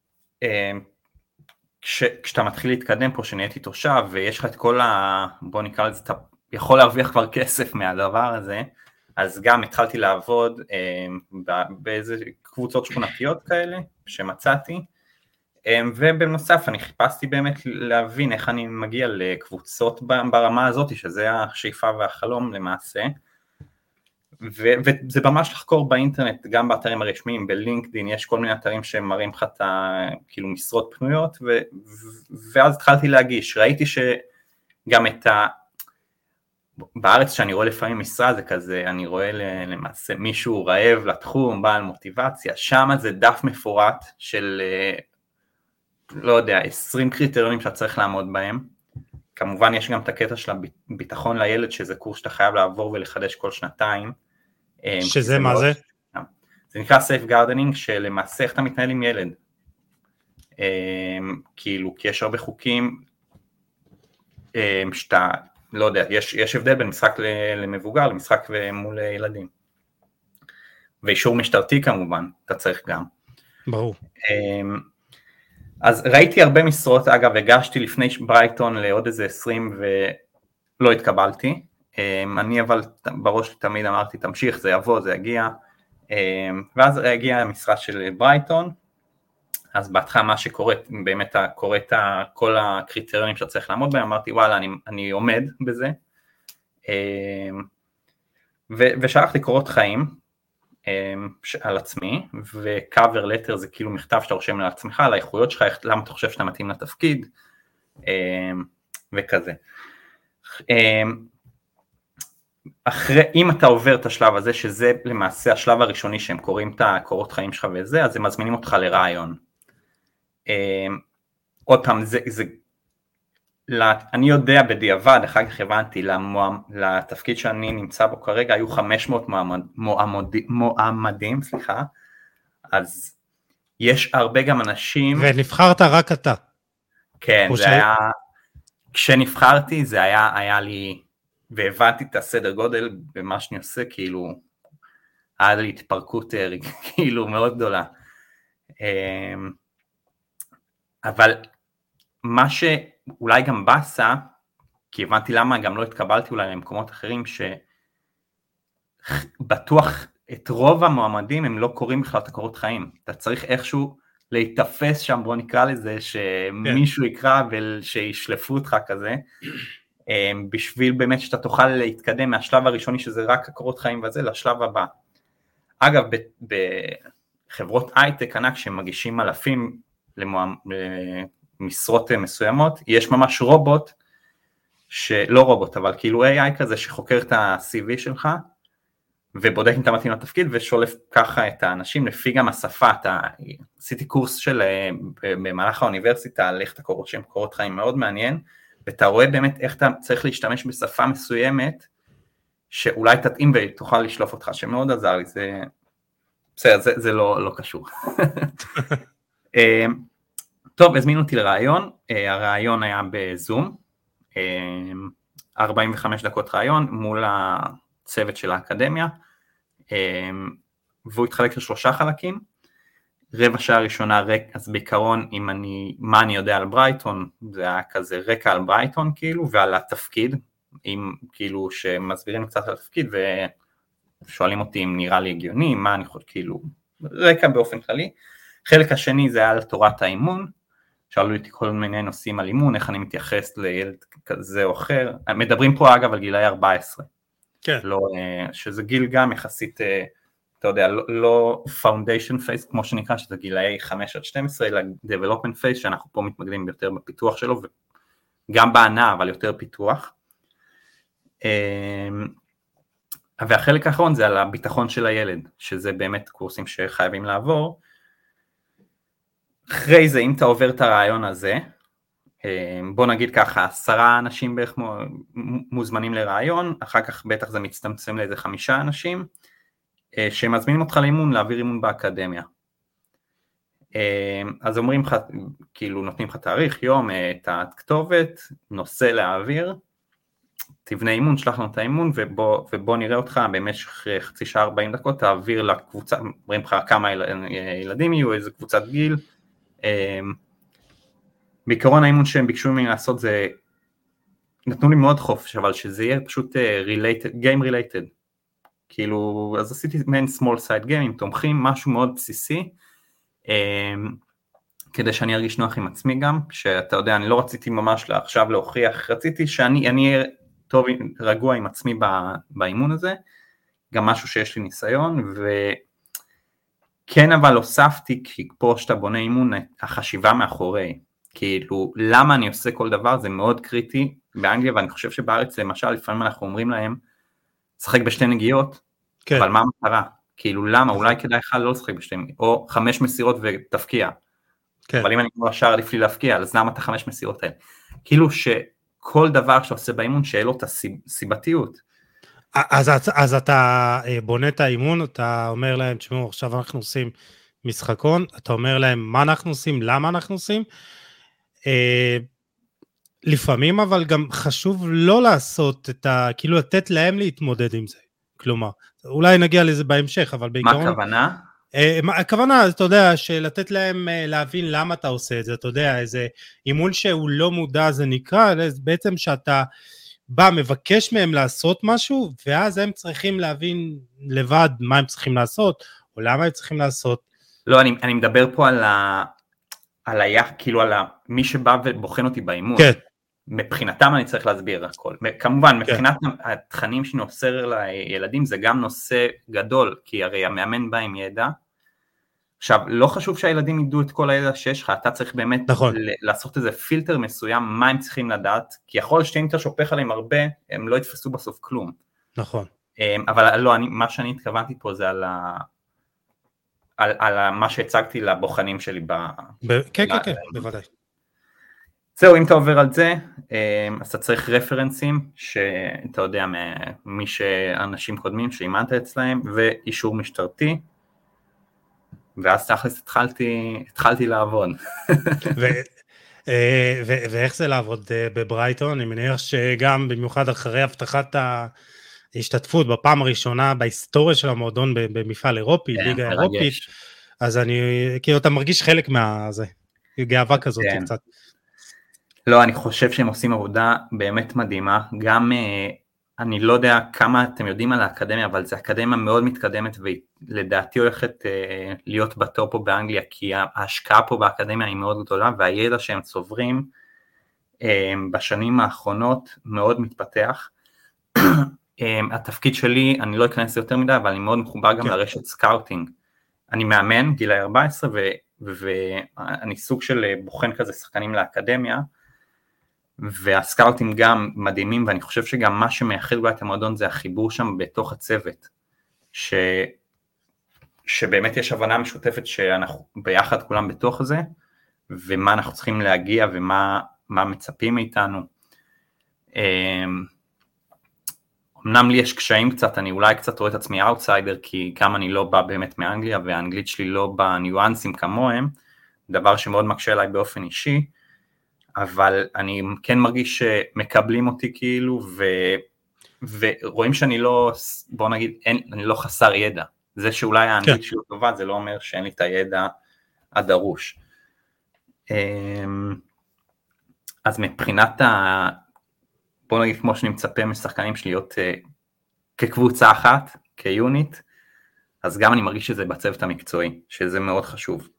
כשאתה מתחיל להתקדם פה, שנהייתי תושב, ויש לך את כל בוא נקרא לזה, אתה יכול להרוויח כבר כסף מהדבר הזה, אז גם התחלתי לעבוד באיזה קבוצות שכונתיות כאלה, שמצאתי, ובנוסף אני חיפשתי באמת להבין איך אני מגיע לקבוצות ברמה הזאת, שזה השאיפה והחלום למעשה, וזה ממש לחקור באינטרנט, גם באתרים הרשמיים, בלינקדין, יש כל מיני אתרים שמראים לך את כאילו משרות פנויות, ואז התחלתי להגיש, ראיתי שגם את בארץ שאני רואה לפעמים משרה זה כזה, אני רואה למעשה מישהו רעב לתחום, בעל מוטיבציה, שם זה דף מפורט של, לא יודע, 20 קריטריונים שאתה צריך לעמוד בהם, כמובן יש גם את הקטע של הביטחון לילד, שזה קורס שאתה חייב לעבור ולחדש כל שנתיים. שזה מה זה? זה נקרא safe gardening, שלמעשה איך אתה מתנהל עם ילד. כאילו, כי יש הרבה חוקים, שאתה, לא יודע, יש הבדל בין משחק למבוגר, למשחק מול ילדים. ואישור משטרתי כמובן, אתה צריך גם. ברור. אז ראיתי הרבה משרות, אגב, הגשתי לפני ברייטון לעוד איזה 20 ולא התקבלתי. אני אבל בראש תמיד אמרתי, תמשיך, זה יבוא, זה יגיע. ואז הגיעה המשרה של ברייטון, אז בהתחלה מה שקורה, באמת קורא את כל הקריטריונים שאתה צריך לעמוד בהם, אמרתי וואלה אני עומד בזה, ושלחתי קורות חיים על עצמי, ו-cover letter זה כאילו מכתב שאתה רושם לעצמך, על האיכויות שלך, למה אתה חושב שאתה מתאים לתפקיד, וכזה. אם אתה עובר את השלב הזה, שזה למעשה השלב הראשוני שהם קוראים את הקורות חיים שלך וזה, אז הם מזמינים אותך לרעיון. עוד פעם, אני יודע בדיעבד, אחר כך הבנתי, לתפקיד שאני נמצא בו כרגע, היו 500 מועמדים, אז יש הרבה גם אנשים... ונבחרת רק אתה. כן, זה היה... כשנבחרתי זה היה לי... והבנתי את הסדר גודל במה שאני עושה, כאילו, היה לי התפרקות כאילו מאוד גדולה. אבל מה שאולי גם בסה, כי הבנתי למה גם לא התקבלתי אולי למקומות אחרים, שבטוח את רוב המועמדים הם לא קוראים בכלל את הקורות חיים. אתה צריך איכשהו להתאפס שם, בוא נקרא לזה, שמישהו יקרא ושישלפו אותך כזה, בשביל באמת שאתה תוכל להתקדם מהשלב הראשוני שזה רק הקורות חיים וזה לשלב הבא. אגב, בחברות הייטק ענק שמגישים אלפים למשרות מסוימות, יש ממש רובוט, לא רובוט, אבל כאילו AI כזה שחוקר את ה-CV שלך, ובודק אם אתה מתאים לתפקיד, ושולף ככה את האנשים לפי גם השפה. עשיתי קורס במהלך האוניברסיטה על איך אתה קורא שם קורות חיים מאוד מעניין, ואתה רואה באמת איך אתה צריך להשתמש בשפה מסוימת, שאולי תתאים ותוכל לשלוף אותך, שמאוד עזר לי, זה לא קשור. טוב, הזמינו אותי לרעיון, הרעיון היה בזום, 45 דקות רעיון מול הצוות של האקדמיה, והוא התחלק ל3 חלקים, רבע שעה ראשונה אז בעיקרון מה אני יודע על ברייטון, זה היה כזה רקע על ברייטון כאילו, ועל התפקיד, כאילו שמסבירים קצת על התפקיד, ושואלים אותי אם נראה לי הגיוני, מה אני יכול כאילו, רקע באופן כללי. חלק השני זה היה על תורת האימון, שאלו אותי כל מיני נושאים על אימון, איך אני מתייחס לילד כזה או אחר, מדברים פה אגב על גילאי 14, כן. לא, שזה גיל גם יחסית, אתה יודע, לא foundation phase כמו שנקרא, שזה גילאי 5 עד 12, אלא development phase, שאנחנו פה מתמקדים יותר בפיתוח שלו, וגם בענה, אבל יותר פיתוח. והחלק האחרון זה על הביטחון של הילד, שזה באמת קורסים שחייבים לעבור. אחרי זה, אם אתה עובר את הרעיון הזה, בוא נגיד ככה, 10 אנשים בערך מוזמנים לרעיון, אחר כך בטח זה מצטמצם לאיזה 5 אנשים, שמזמינים אותך לאימון, להעביר אימון באקדמיה. אז אומרים לך, כאילו נותנים לך תאריך, יום, את הכתובת, נושא להעביר, תבנה אימון, שלח לנו את האימון, ובוא נראה אותך במשך חצי שעה 40 דקות, תעביר לקבוצה, אומרים לך כמה ילדים יהיו, איזה קבוצת גיל. בעיקרון האימון שהם ביקשו ממני לעשות זה, נתנו לי מאוד חופש, אבל שזה יהיה פשוט game related, כאילו, אז עשיתי מעין small side game עם תומכים, משהו מאוד בסיסי, כדי שאני ארגיש נוח עם עצמי גם, שאתה יודע, אני לא רציתי ממש עכשיו להוכיח, רציתי שאני אהיה טוב, רגוע עם עצמי באימון הזה, גם משהו שיש לי ניסיון, וכן אבל הוספתי, כי פה שאתה בונה אימון, החשיבה מאחורי, כאילו, למה אני עושה כל דבר, זה מאוד קריטי באנגליה, ואני חושב שבארץ, למשל, לפעמים אנחנו אומרים להם, שחק בשתי נגיעות, כן. אבל מה המטרה? כאילו, למה? אולי כדאי לך לא לשחק בשתי נגיעות, או 5 מסירות ותפקיע. כן. אבל אם אני כמו השאר עדיף לי להפקיע, אז למה את 5 מסירות האלה? כאילו שכל דבר שאתה עושה באימון, שיהיה לו את הסיבתיות. אז אתה בונה את האימון, אתה אומר להם, תשמעו, עכשיו אנחנו עושים משחקון, אתה אומר להם מה אנחנו עושים, למה אנחנו עושים, לפעמים אבל גם חשוב לא לעשות את כאילו לתת להם להתמודד עם זה, כלומר, אולי נגיע לזה בהמשך, אבל בעיקרון... מה הכוונה? הכוונה, אתה יודע, שלתת להם להבין למה אתה עושה את זה, אתה יודע, איזה אימון שהוא לא מודע זה נקרא, בעצם שאתה בא, מבקש מהם לעשות משהו, ואז הם צריכים להבין לבד מה הם צריכים לעשות, או למה הם צריכים לעשות. לא, אני מדבר פה כאילו על מי שבא ובוחן אותי באימון. כן. מבחינתם אני צריך להסביר הכל. כמובן, מבחינת התכנים שאני אוסר לילדים, זה גם נושא גדול, כי הרי המאמן בא עם ידע. עכשיו, לא חשוב שהילדים ידעו את כל הידע שיש לך, אתה צריך באמת לעשות איזה פילטר מסוים, מה הם צריכים לדעת, כי יכול שאם אתה שופך עליהם הרבה, הם לא יתפסו בסוף כלום. נכון. אבל לא, מה שאני התכוונתי פה זה על מה שהצגתי לבוחנים שלי. כן, בוודאי. זהו, אם אתה עובר על זה, אז אתה צריך רפרנסים, שאתה יודע, מי שאנשים קודמים שאימנת אצלהם, ואישור משטרתי, ואז תכלס התחלתי לעבוד. ואיך זה לעבוד בברייטון? אני מניח שגם במיוחד אחרי הבטחת ההשתתפות בפעם הראשונה בהיסטוריה של המועדון במפעל אירופי, ליגה אירופית, אז כאילו אתה מרגיש חלק מהזה, גאווה כזאת קצת. לא, אני חושב שהם עושים עבודה באמת מדהימה, גם אני לא יודע כמה אתם יודעים על האקדמיה, אבל זו אקדמיה מאוד מתקדמת, ולדעתי הולכת להיות בטופ פה באנגליה, כי ההשקעה פה באקדמיה היא מאוד גדולה, והידע שהם צוברים בשנים האחרונות מאוד מתפתח. התפקיד שלי, אני לא אכנס יותר מדי, אבל אני מאוד מחובר גם לרשת סקאוטינג. אני מאמן, גילי 14, ואני סוג של בוחן כזה שחקנים לאקדמיה, והסקאוטים גם מדהימים, ואני חושב שגם מה שמייחד אולי את המועדון זה החיבור שם בתוך הצוות, שבאמת יש הבנה משותפת שאנחנו ביחד כולם בתוך זה, ומה אנחנו צריכים להגיע ומה מצפים מאיתנו. אמנם לי יש קשיים קצת, אני אולי קצת רואה את עצמי אאוטסיידר, כי גם אני לא בא באמת מאנגליה, והאנגלית שלי לא בניואנסים כמוהם, דבר שמאוד מקשה עליי באופן אישי, אבל אני כן מרגיש שמקבלים אותי כאילו, ורואים שאני לא, בוא נגיד, אני לא חסר ידע. זה שאולי האנגלית שלי טובה, זה לא אומר שאין לי את הידע הדרוש. אז מבחינת בוא נגיד כמו שאני מצפה משחקנים שלי להיות כקבוצה אחת, כיוניט, אז גם אני מרגיש שזה בצוות המקצועי, שזה מאוד חשוב.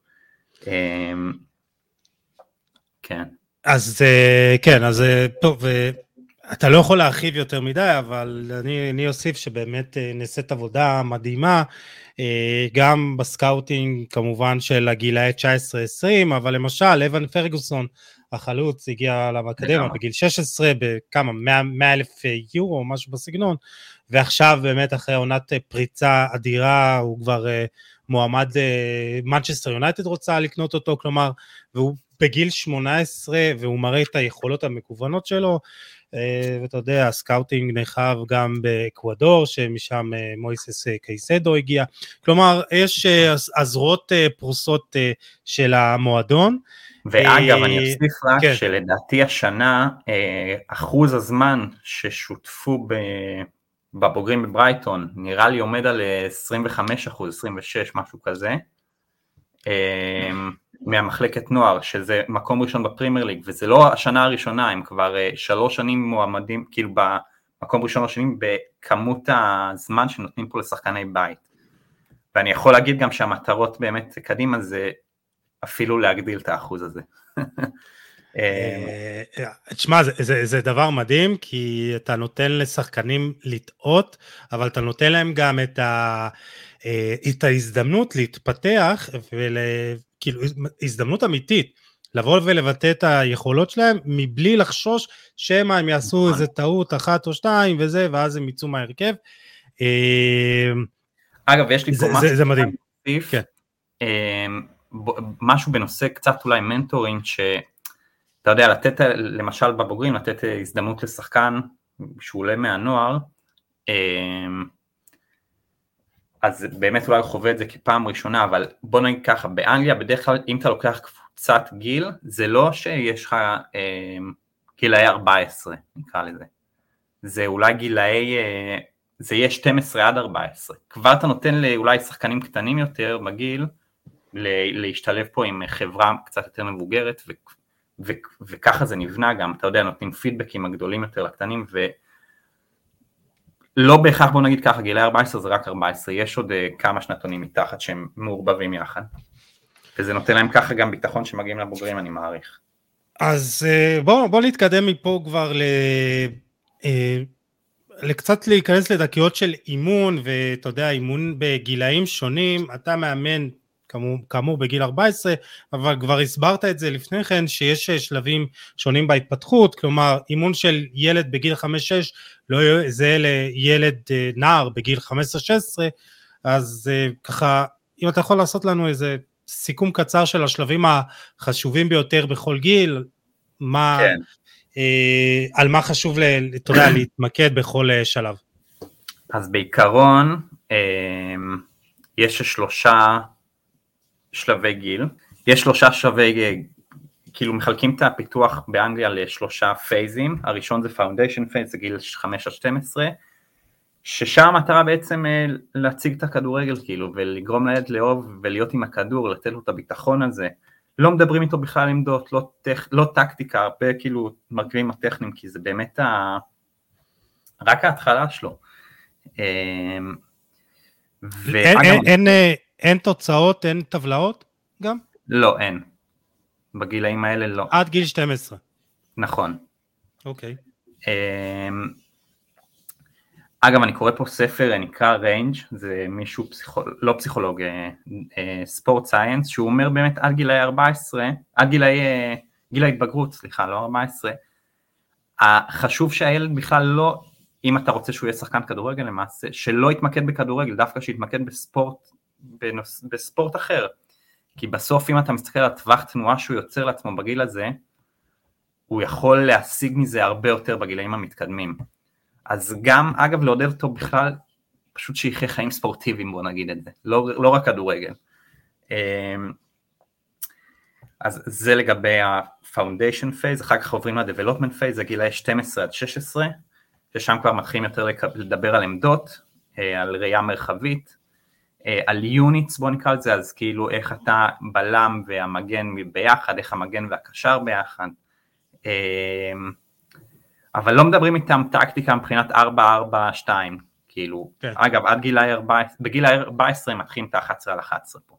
כן. אז כן, אז טוב, אתה לא יכול להרחיב יותר מדי, אבל אני אוסיף שבאמת נעשית עבודה מדהימה, גם בסקאוטינג כמובן של הגילאי 19-20, אבל למשל, אבן פרגוסון, החלוץ, הגיע לאקדמיה בגיל 16, בכמה, 100,000 יורו, משהו בסגנון, ועכשיו באמת אחרי עונת פריצה אדירה, הוא כבר מועמד, מנצ'סטר יונייטד רוצה לקנות אותו, כלומר, והוא בגיל 18, והוא מראה את היכולות המקוונות שלו, ואתה יודע, הסקאוטינג נחב גם באקוודור, שמשם מויסס קייסדו הגיע, כלומר, יש הזרועות פרוסות של המועדון. ואגב, אני אוסיף רק שלדעתי השנה, אחוז הזמן ששותפו בבוגרים בברייטון, נראה לי עומד על 25%, 26, משהו כזה, מהמחלקת נוער, שזה מקום ראשון בפרימייר ליג, וזה לא השנה הראשונה, הם כבר 3 שנים מועמדים, כאילו במקום ראשון השנים, בכמות הזמן שנותנים פה לשחקני בית. ואני יכול להגיד גם שהמטרות באמת קדימה, זה אפילו להגדיל את האחוז הזה. תשמע, זה דבר מדהים, כי אתה נותן לשחקנים לטעות, אבל אתה נותן להם גם את ההזדמנות להתפתח, כאילו הזדמנות אמיתית, לבוא ולבטא את היכולות שלהם, מבלי לחשוש שמה הם יעשו איזה טעות אחת או שתיים וזה, ואז הם יצאו מהרכב. אגב, יש לי פה משהו, זה מדהים. כן. משהו בנושא קצת אולי מנטורינג, שאתה יודע, לתת, למשל בבוגרים, לתת הזדמנות לשחקן שהוא עולה מהנוער, אז באמת אולי חווה את זה כפעם ראשונה, אבל בוא נגיד ככה, באנגליה בדרך כלל אם אתה לוקח קבוצת גיל, זה לא שיש לך גילאי 14, נקרא לזה. זה אולי גילאי, זה יהיה 12 עד 14. כבר אתה נותן לאולי שחקנים קטנים יותר בגיל, להשתלב פה עם חברה קצת יותר מבוגרת, וככה זה נבנה גם, אתה יודע, נותנים פידבקים הגדולים יותר לקטנים, לא בהכרח, בוא נגיד ככה, גילי 14 זה רק 14, יש עוד כמה שנתונים מתחת שהם מעורבבים יחד, וזה נותן להם ככה גם ביטחון שמגיעים לבוגרים, אני מעריך. אז בוא נתקדם מפה כבר לקצת להיכנס לדקיות של אימון, ואתה יודע, אימון בגילאים שונים, אתה מאמן כאמור בגיל 14, אבל כבר הסברת את זה לפני כן, שיש שלבים שונים בהתפתחות, כלומר אימון של ילד בגיל 5-6, לא זה לילד נער בגיל 15-16, אז ככה, אם אתה יכול לעשות לנו איזה סיכום קצר של השלבים החשובים ביותר בכל גיל, מה, כן. על מה חשוב אתה יודע, להתמקד בכל שלב. אז בעיקרון, יש 3 שלבי גיל, יש 3 שלבי, כאילו מחלקים את הפיתוח באנגליה ל3 פייזים, הראשון זה פאונדיישן פייז, זה גיל 5-12, ששם המטרה בעצם להציג את הכדורגל כאילו, ולגרום לילד לאהוב ולהיות עם הכדור, לתת לו את הביטחון הזה, לא מדברים איתו בכלל עמדות, לא טקטיקה, הרבה כאילו מרכיבים הטכניים, כי זה באמת רק ההתחלה שלו. אין תוצאות, אין טבלאות גם? לא, אין. בגילאים האלה לא. עד גיל 12. נכון. אוקיי. אגב, אני קורא פה ספר, נקרא ריינג', זה מישהו לא פסיכולוג, ספורט סיינס, שהוא אומר באמת עד גילאי 14, עד גיל ההתבגרות, סליחה, לא 14, חשוב שהילד בכלל לא, אם אתה רוצה שהוא יהיה שחקן כדורגל למעשה, שלא יתמקד בכדורגל, דווקא שיתמקד בספורט אחר, כי בסוף אם אתה מסתכל על טווח תנועה שהוא יוצר לעצמו בגיל הזה, הוא יכול להשיג מזה הרבה יותר בגילאים המתקדמים. אז גם, אגב, לעודד אותו בכלל, פשוט שיחיה חיים ספורטיביים, בוא נגיד את זה, לא רק כדורגל. אז זה לגבי ה-Foundation Phase, אחר כך עוברים ל-Development Phase, זה גילאי 12 עד 16, ששם כבר מתחילים יותר לדבר על עמדות, על ראייה מרחבית, על יוניטס, בוא נקרא לזה, אז כאילו איך אתה בלם והמגן ביחד, איך המגן והקשר ביחד, אבל לא מדברים איתם טקטיקה מבחינת 4-4-2, כאילו, כן. אגב, עד גילאי 14, בגיל 14 מתחילים את ה-11-11 פה.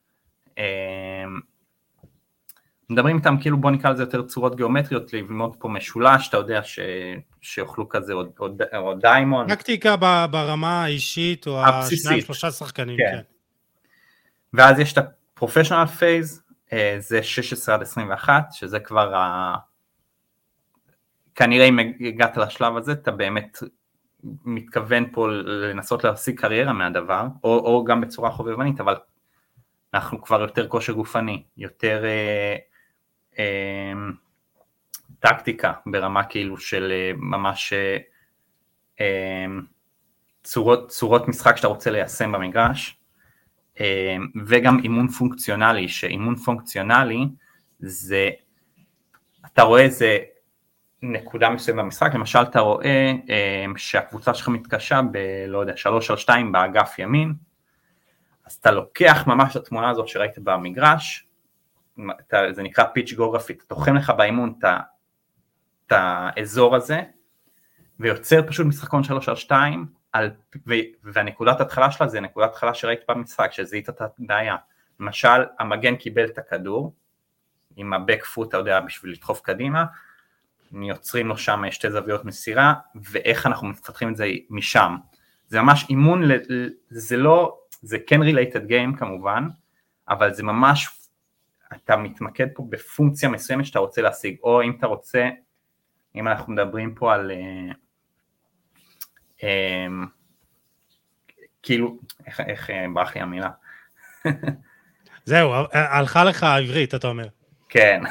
מדברים איתם כאילו, בוא נקרא לזה יותר צורות גיאומטריות, ללמוד פה משולש, אתה יודע שאוכלו כזה או דיימון. טקטיקה ברמה האישית, או ה2-3 שחקנים, כן. ואז יש את ה-Professional Phase, זה 16 עד 21, שזה כבר כנראה אם הגעת לשלב הזה, אתה באמת מתכוון פה לנסות להשיג קריירה מהדבר, או גם בצורה חובבנית, אבל אנחנו כבר יותר כושר גופני, יותר טקטיקה ברמה כאילו של ממש צורות משחק שאתה רוצה ליישם במגרש, וגם אימון פונקציונלי, שאימון פונקציונלי זה, אתה רואה איזה נקודה מסוים במשחק, למשל אתה רואה שהקבוצה שלך מתקשה לא יודע, 3-2 באגף ימין, אז אתה לוקח ממש את התמונה הזאת שראית במגרש, זה נקרא פיץ' גיאוגרפי, אתה תוחם לך באימון את האזור הזה, ויוצר פשוט משחקון 3-2, והנקודת התחלה שלה זה נקודת התחלה שראית במשחק, שזיהית את הבעיה. למשל, המגן קיבל את הכדור, עם הבק פוט, אתה יודע, בשביל לדחוף קדימה, יוצרים לו שם 2 זוויות מסירה, ואיך אנחנו מפתחים את זה משם. זה ממש אימון, זה לא, זה כן related game כמובן, אבל זה ממש, אתה מתמקד פה בפונקציה מסוימת שאתה רוצה להשיג, או אם אתה רוצה, אם אנחנו מדברים פה על, כאילו, איך ברח לי המילה? זהו, הלכה לך העברית, אתה אומר. כן.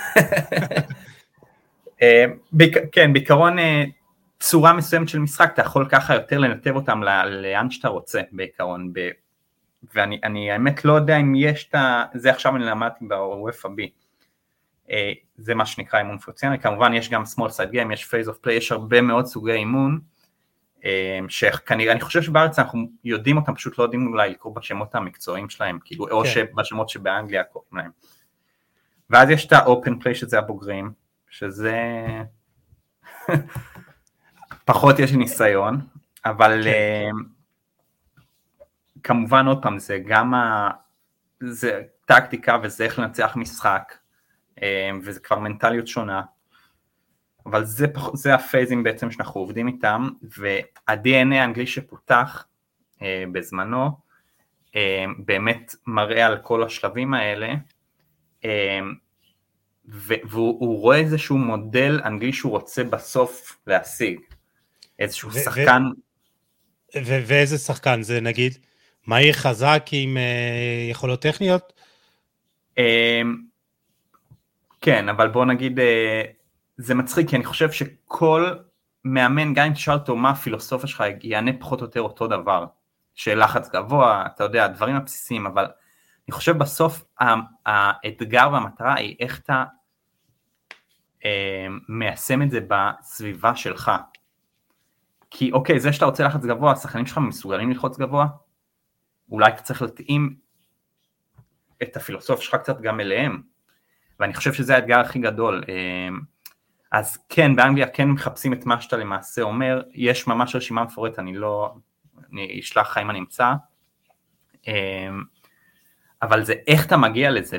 כן, בעיקרון צורה מסוימת של משחק, אתה יכול ככה יותר לנתב אותם לאן שאתה רוצה בעיקרון, ואני האמת לא יודע אם יש זה עכשיו אני למדתי ב-UFAB, זה מה שנקרא אימון פונקציונלי, כמובן יש גם small side game, יש phase of play, יש הרבה מאוד סוגי אימון, שכנראה, אני חושב שבארץ אנחנו יודעים אותם, פשוט לא יודעים אולי לקרוא בשמות המקצועיים שלהם, כאילו, או בשמות שבאנגליה קוראים להם. ואז יש את ה-open play שזה הבוגרים, שזה פחות יש ניסיון, אבל כמובן עוד פעם, זה גם זה טקטיקה וזה איך לנצח משחק, וזה כבר מנטליות שונה, אבל זה הפייזים בעצם שאנחנו עובדים איתם, וה-DNA האנגלי שפותח בזמנו, באמת מראה על כל השלבים האלה, והוא רואה איזשהו מודל אנגלי שהוא רוצה בסוף להשיג, איזשהו שחקן. ואיזה שחקן זה נגיד? מהיר חזק עם יכולות טכניות? כן, אבל בוא נגיד, זה מצחיק, כי אני חושב שכל מאמן, גם אם תשאל אותו מה הפילוסופיה שלך, יענה פחות או יותר אותו דבר, שלחץ גבוה, אתה יודע, הדברים הבסיסיים, אבל אני חושב בסוף האתגר והמטרה היא איך אתה מיישם את זה בסביבה שלך. כי אוקיי, זה שאתה רוצה לחץ גבוה, השחקנים שלך מסוגלים ללחוץ גבוה, אולי אתה צריך להתאים את הפילוסופיה שלך קצת גם אליהם, ואני חושב שזה האתגר הכי גדול. אז כן, באנגליה כן מחפשים את מה שאתה למעשה אומר, יש ממש רשימה מפורט, אני אשלח לך אם אני אמצא, אבל זה איך אתה מגיע לזה,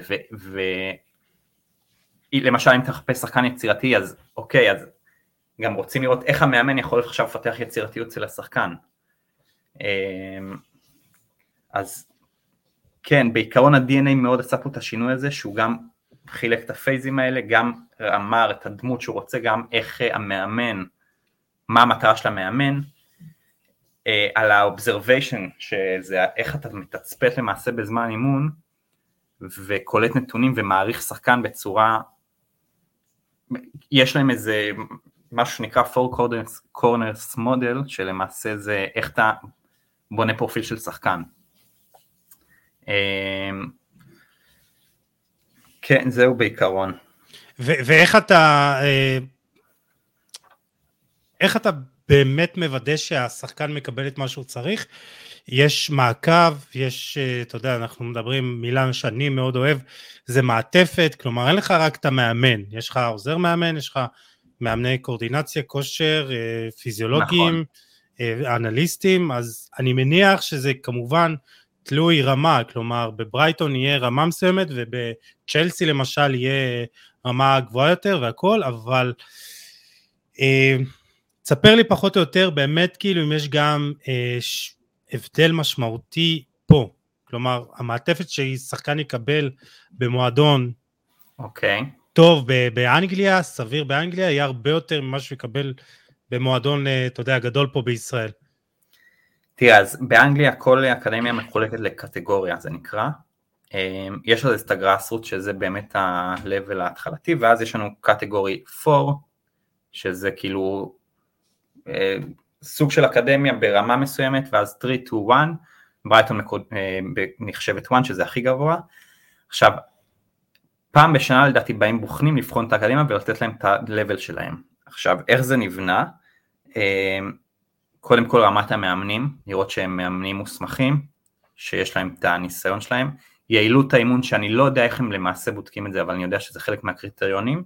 למשל אם אתה מחפש שחקן יצירתי, אז אוקיי, אז גם רוצים לראות איך המאמן יכול עכשיו לפתח יצירתיות אצל השחקן. אז כן, בעיקרון ה-DNA מאוד עשה פה את השינוי הזה, שהוא גם חילק את הפייזים האלה, גם אמר את הדמות שהוא רוצה, גם איך המאמן, מה המטרה של המאמן, על ה-observation, שזה איך אתה מתצפת למעשה בזמן אימון, וקולט נתונים ומעריך שחקן בצורה, יש להם איזה משהו שנקרא four corners model, שלמעשה זה איך אתה בונה פרופיל של שחקן. כן, זהו בעיקרון. ואיך אתה באמת מוודא שהשחקן מקבל את מה שהוא צריך? יש מעקב, אתה יודע, אנחנו מדברים מילה שאני מאוד אוהב, זה מעטפת, כלומר אין לך רק את המאמן, יש לך עוזר מאמן, יש לך מאמני קואורדינציה, כושר, פיזיולוגים, אנליסטים, אז אני מניח שזה כמובן תלוי רמה, כלומר בברייטון יהיה רמה מסוימת, ובצ'לסי למשל יהיה רמה גבוהה יותר והכל, אבל תספר לי פחות או יותר באמת כאילו אם יש גם הבדל משמעותי פה, כלומר המעטפת ששחקן יקבל במועדון טוב באנגליה, סביר באנגליה, יהיה הרבה יותר ממה שהוא יקבל במועדון, אתה יודע, גדול פה בישראל. תראה, אז באנגליה כל אקדמיה מחולקת לקטגוריה, זה נקרא, יש לזה את הגראסרוט שזה באמת ה-level ההתחלתי, ואז יש לנו קטגורי 4, שזה כאילו סוג של אקדמיה ברמה מסוימת, ואז 3-1, ברייטון נחשבת 1, שזה הכי גבוה. עכשיו, פעם בשנה לדעתי באים בוחנים לבחון את האקדמיה ולתת להם את ה-level שלהם. עכשיו, איך זה נבנה? קודם כל רמת המאמנים, לראות שהם מאמנים מוסמכים, שיש להם את הניסיון שלהם, יעילות האימון שאני לא יודע איך הם למעשה בודקים את זה, אבל אני יודע שזה חלק מהקריטריונים,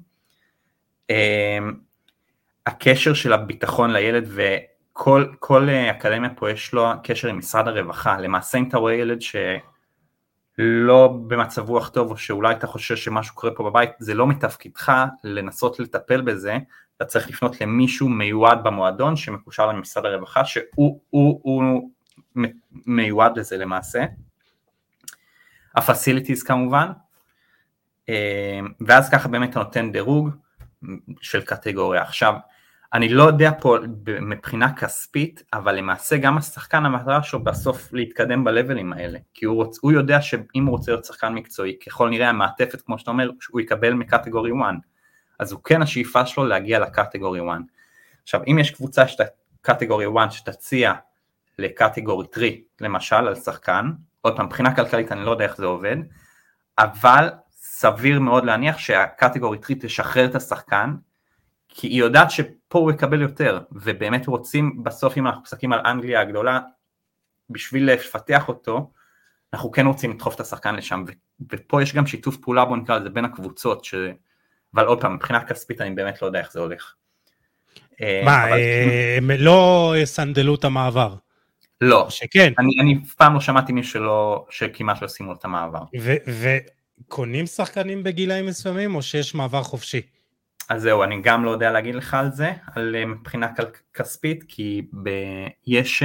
הקשר של הביטחון לילד, וכל אקדמיה פה יש לו קשר עם משרד הרווחה, למעשה אם אתה רואה ילד שלא במצב רוח טוב, או שאולי אתה חושב שמשהו קורה פה בבית, זה לא מתפקידך לנסות לטפל בזה, אתה צריך לפנות למישהו מיועד במועדון, שמקושר למשרד הרווחה, שהוא מיועד לזה למעשה. הפסיליטיז כמובן, ואז ככה באמת אתה נותן דירוג של קטגוריה. עכשיו, אני לא יודע פה מבחינה כספית, אבל למעשה גם השחקן המטרה שלו בסוף להתקדם בלבלים האלה, כי הוא יודע שאם הוא רוצה להיות שחקן מקצועי, ככל נראה המעטפת, כמו שאתה אומר, הוא יקבל מקטגורי 1, אז הוא כן השאיפה שלו להגיע לקטגורי 1. עכשיו, אם יש קבוצה קטגורי 1 שתציע לקטגורי 3, למשל, על שחקן, עוד פעם, מבחינה כלכלית אני לא יודע איך זה עובד, אבל סביר מאוד להניח שהקטגורי 3 תשחרר את השחקן, כי היא יודעת שפה הוא יקבל יותר, ובאמת רוצים בסוף, אם אנחנו מסתכלים על אנגליה הגדולה, בשביל לפתח אותו, אנחנו כן רוצים לדחוף את השחקן לשם, ופה יש גם שיתוף פעולה, בוא נקרא לזה, בין הקבוצות, אבל עוד פעם, מבחינה כספית אני באמת לא יודע איך זה הולך. מה, הם לא סנדלו את המעבר? לא, שכן. אני פעם לא שמעתי מישהו שכמעט לא שימו את המעבר. וקונים שחקנים בגילאים מסוימים, או שיש מעבר חופשי? אז זהו, אני גם לא יודע להגיד לך על זה, על מבחינה כספית, כי יש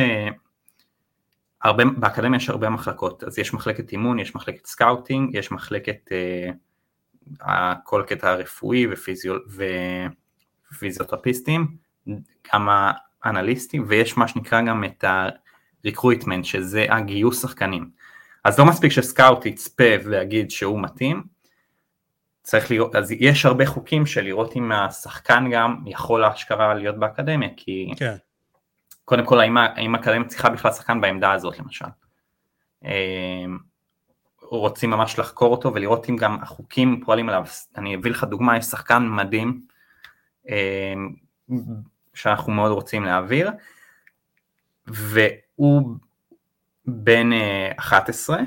באקדמיה יש הרבה מחלקות, אז יש מחלקת אימון, יש מחלקת סקאוטינג, יש מחלקת כל קטע הרפואי ופיזיותרפיסטים, גם האנליסטים, ויש מה שנקרא גם את הריקרויטמנט, שזה הגיוס שחקנים. אז לא מספיק שסקאוט יצפה ויגיד שהוא מתאים, צריך לראות, אז יש הרבה חוקים של לראות אם השחקן גם יכול להשכרה להיות באקדמיה, כי כן. קודם כל, האם האקדמיה צריכה בכלל שחקן בעמדה הזאת, למשל. רוצים ממש לחקור אותו, ולראות אם גם החוקים פועלים עליו. אני אביא לך דוגמה, יש שחקן מדהים, שאנחנו מאוד רוצים להעביר, והוא בן 11,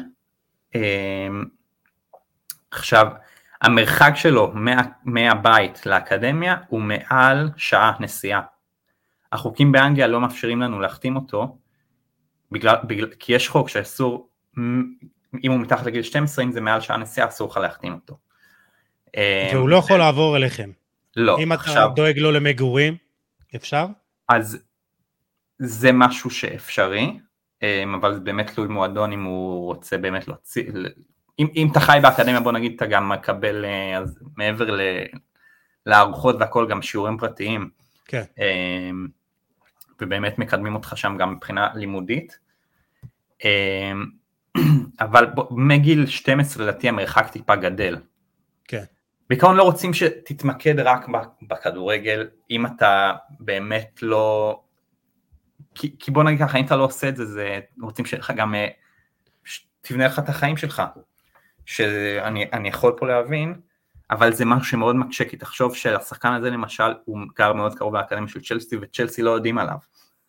עכשיו, המרחק שלו מהבית לאקדמיה, הוא מעל שעה נסיעה. החוקים באנגליה לא מאפשרים לנו להחתים אותו, כי יש חוק שאסור, אם הוא מתחת לגיל 12, אם זה מעל שעה נסיעה, אסור לך להחתים אותו. והוא לא יכול לעבור אליכם. לא. אם אתה דואג לו למגורים, אפשר? אז זה משהו שאפשרי, אבל זה באמת תלוי מועדון, אם הוא רוצה באמת להוציא, אם אתה חי באקדמיה, בוא נגיד, אתה גם מקבל, אז מעבר לארוחות והכל, גם שיעורים פרטיים. כן. ובאמת מקדמים אותך שם גם מבחינה לימודית, אבל מגיל 12 לדעתי המרחק טיפה גדל. כן. בעיקרון לא רוצים שתתמקד רק בכדורגל, אם אתה באמת לא, כי בוא נגיד ככה, אם אתה לא עושה את זה, רוצים שלך גם, תבנה לך את החיים שלך, שאני יכול פה להבין, אבל זה משהו שמאוד מקשה, כי תחשוב שהשחקן הזה למשל, הוא גר מאוד קרוב לאקדמיה של צ'לסי, וצ'לסי לא יודעים עליו.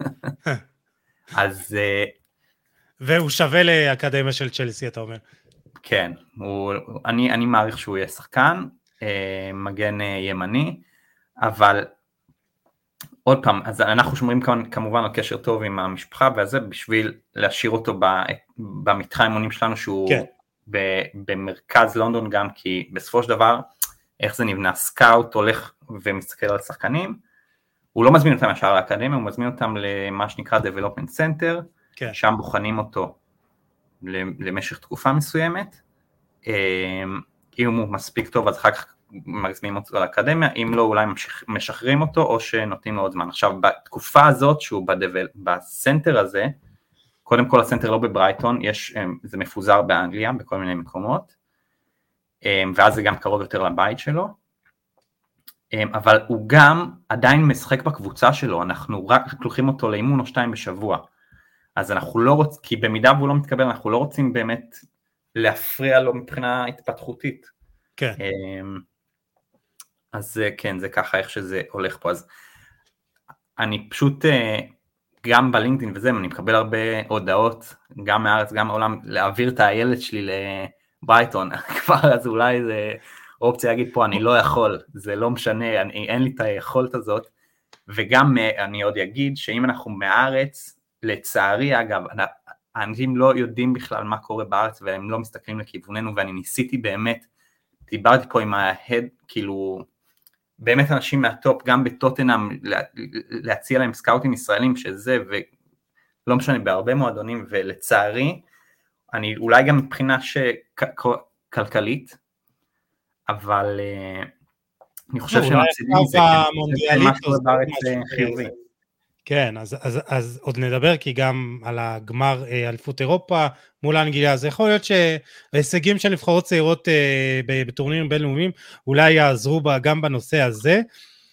אז... והוא שווה לאקדמיה של צ'לסי, אתה אומר. כן, אני מעריך שהוא יהיה שחקן, מגן ימני, אבל עוד פעם, אז אנחנו שומרים כמובן על קשר טוב עם המשפחה, וזה בשביל להשאיר אותו במתחם האימונים שלנו, שהוא כן. במרכז לונדון גם, כי בסופו של דבר, איך זה נבנה, סקאוט הולך ומסתכל על שחקנים, הוא לא מזמין אותם ישר לאקדמיה, הוא מזמין אותם למה שנקרא Development Center, כן. שם בוחנים אותו למשך תקופה מסוימת, אם הוא מספיק טוב, אז אחר כך מזמינים אותו לאקדמיה, אם לא, אולי משחררים אותו, או שנותנים לו עוד זמן. עכשיו, בתקופה הזאת, שהוא בסנטר הזה, קודם כל הסנטר לא בברייטון, זה מפוזר באנגליה, בכל מיני מקומות, ואז זה גם קרוב יותר לבית שלו, אבל הוא גם עדיין משחק בקבוצה שלו, אנחנו רק לוקחים אותו לאימון או 2 בשבוע, אז אנחנו לא רוצים, כי במידה והוא לא מתקבל, אנחנו לא רוצים באמת להפריע לו מבחינה התפתחותית. כן. אז כן, זה ככה איך שזה הולך פה, אז אני פשוט, גם בלינקדאין וזה, אני מקבל הרבה הודעות, גם מהארץ, גם מהעולם, להעביר את הילד שלי לברייטון, כבר אז אולי זה אופציה להגיד פה, אני לא יכול, זה לא משנה, אין לי את היכולת הזאת, וגם אני עוד אגיד, שאם אנחנו מהארץ, לצערי אגב, האנשים לא יודעים בכלל מה קורה בארץ, והם לא מסתכלים לכיווננו, ואני ניסיתי באמת, דיברתי פה עם ההד, כאילו, באמת אנשים מהטופ, גם בטוטנהאם, להציע להם סקאוטים ישראלים, שזה, ולא משנה, בהרבה מועדונים, ולצערי, אני אולי גם מבחינה כלכלית, אבל אני חושב שהם מפסידים מזה, כי משהו בארץ חיובי. כן, אז עוד נדבר, כי גם על הגמר אליפות אירופה מול אנגליה, אז יכול להיות שההישגים של נבחרות צעירות בטורנירים בינלאומיים, אולי יעזרו גם בנושא הזה.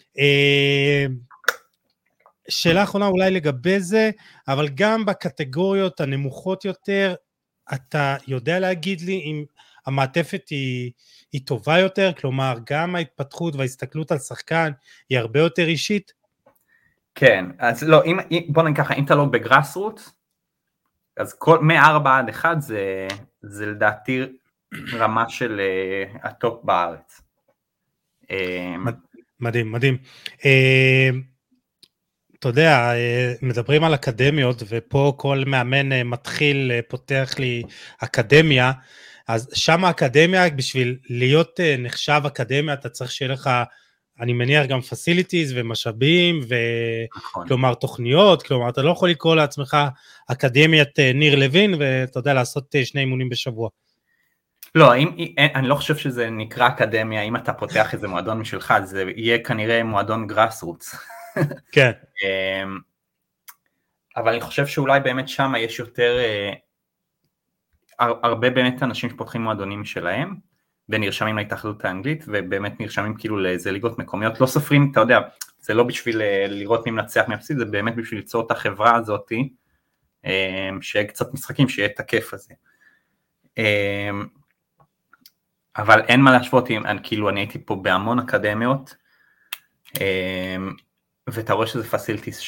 שאלה אחרונה אולי לגבי זה, אבל גם בקטגוריות הנמוכות יותר, אתה יודע להגיד לי אם המעטפת היא טובה יותר, כלומר גם ההתפתחות וההסתכלות על שחקן היא הרבה יותר אישית? כן, אז לא, בוא נגיד ככה, אם אתה לא בגראסרוט, אז מ-4 עד 1 זה לדעתי רמה של הטופ בארץ. מדהים, מדהים. אתה יודע, מדברים על אקדמיות, ופה כל מאמן מתחיל, פותח לי אקדמיה, אז שם האקדמיה, בשביל להיות נחשב אקדמיה, אתה צריך שיהיה לך, אני מניח גם פסיליטיז ומשאבים, וכלומר תוכניות, כלומר אתה לא יכול לקרוא לעצמך אקדמיית ניר לוין, ואתה יודע לעשות 2 אימונים בשבוע. לא, אני לא חושב שזה נקרא אקדמיה, אם אתה פותח איזה מועדון משלך, זה יהיה כנראה מועדון גראסרוטס. כן. אבל אני חושב שאולי באמת שם יש יותר, הרבה באמת אנשים שפותחים מועדונים שלהם, ונרשמים להתאחדות האנגלית, ובאמת נרשמים כאילו לאיזה ליגות מקומיות, לא סופרים, אתה יודע, זה לא בשביל לראות מי מנצח מי מפסיד, זה באמת בשביל ליצור את החברה הזאת, שיהיה קצת משחקים, שיהיה את הכיף הזה. אבל אין מה להשוות, כאילו אני הייתי פה בהמון אקדמיות, ואתה רואה שזה פסיליטיס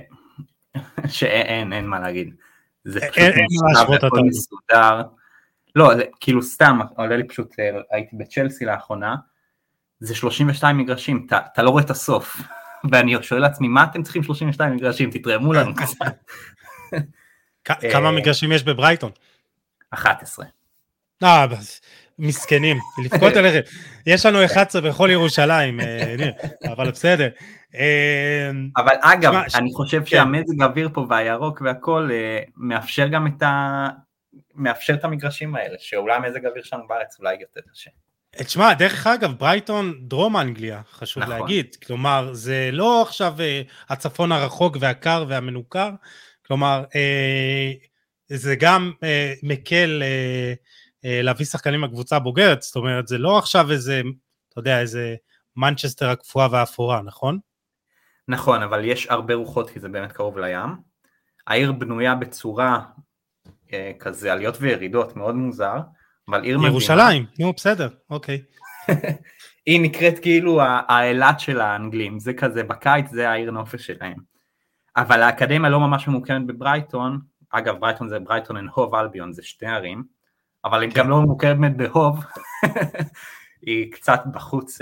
שאין מה להגיד. זה פשוט הכל מסודר. לא, כאילו סתם, עולה לי פשוט, הייתי בצ'לסי לאחרונה, זה 32 מגרשים, אתה לא רואה את הסוף. ואני שואל לעצמי, מה אתם צריכים 32 מגרשים? תתרמו לנו קצת. כמה מגרשים יש בברייטון? 11. מסכנים, לפקוט עליכם. יש לנו 11 בכל ירושלים, ניר, אבל בסדר. אבל אגב, אני חושב שהמזג האוויר פה והירוק והכל מאפשר גם מאפשר את המגרשים האלה, שאולי המזג האוויר שלנו בארץ אולי יותר קשה. תשמע, דרך אגב, ברייטון דרום אנגליה, חשוב להגיד, כלומר, זה לא עכשיו הצפון הרחוק והקר והמנוכר, כלומר, זה גם מקל להביא שחקנים לקבוצה הבוגרת, זאת אומרת, זה לא עכשיו איזה, אתה יודע, איזה מנצ'סטר הקפואה והאפורה, נכון? נכון, אבל יש הרבה רוחות, כי זה באמת קרוב לים. העיר בנויה בצורה כזה, עליות וירידות, מאוד מוזר, אבל עיר מדהימה. ירושלים, נו, בסדר, אוקיי. היא נקראת כאילו האילת של האנגלים, זה כזה, בקיץ זה העיר נופש שלהם. אבל האקדמיה לא ממש ממוקמת בברייטון, אגב, ברייטון זה ברייטון and הוב אלביון, זה 2 ערים, אבל היא גם לא ממוקמת בהוב, היא קצת בחוץ,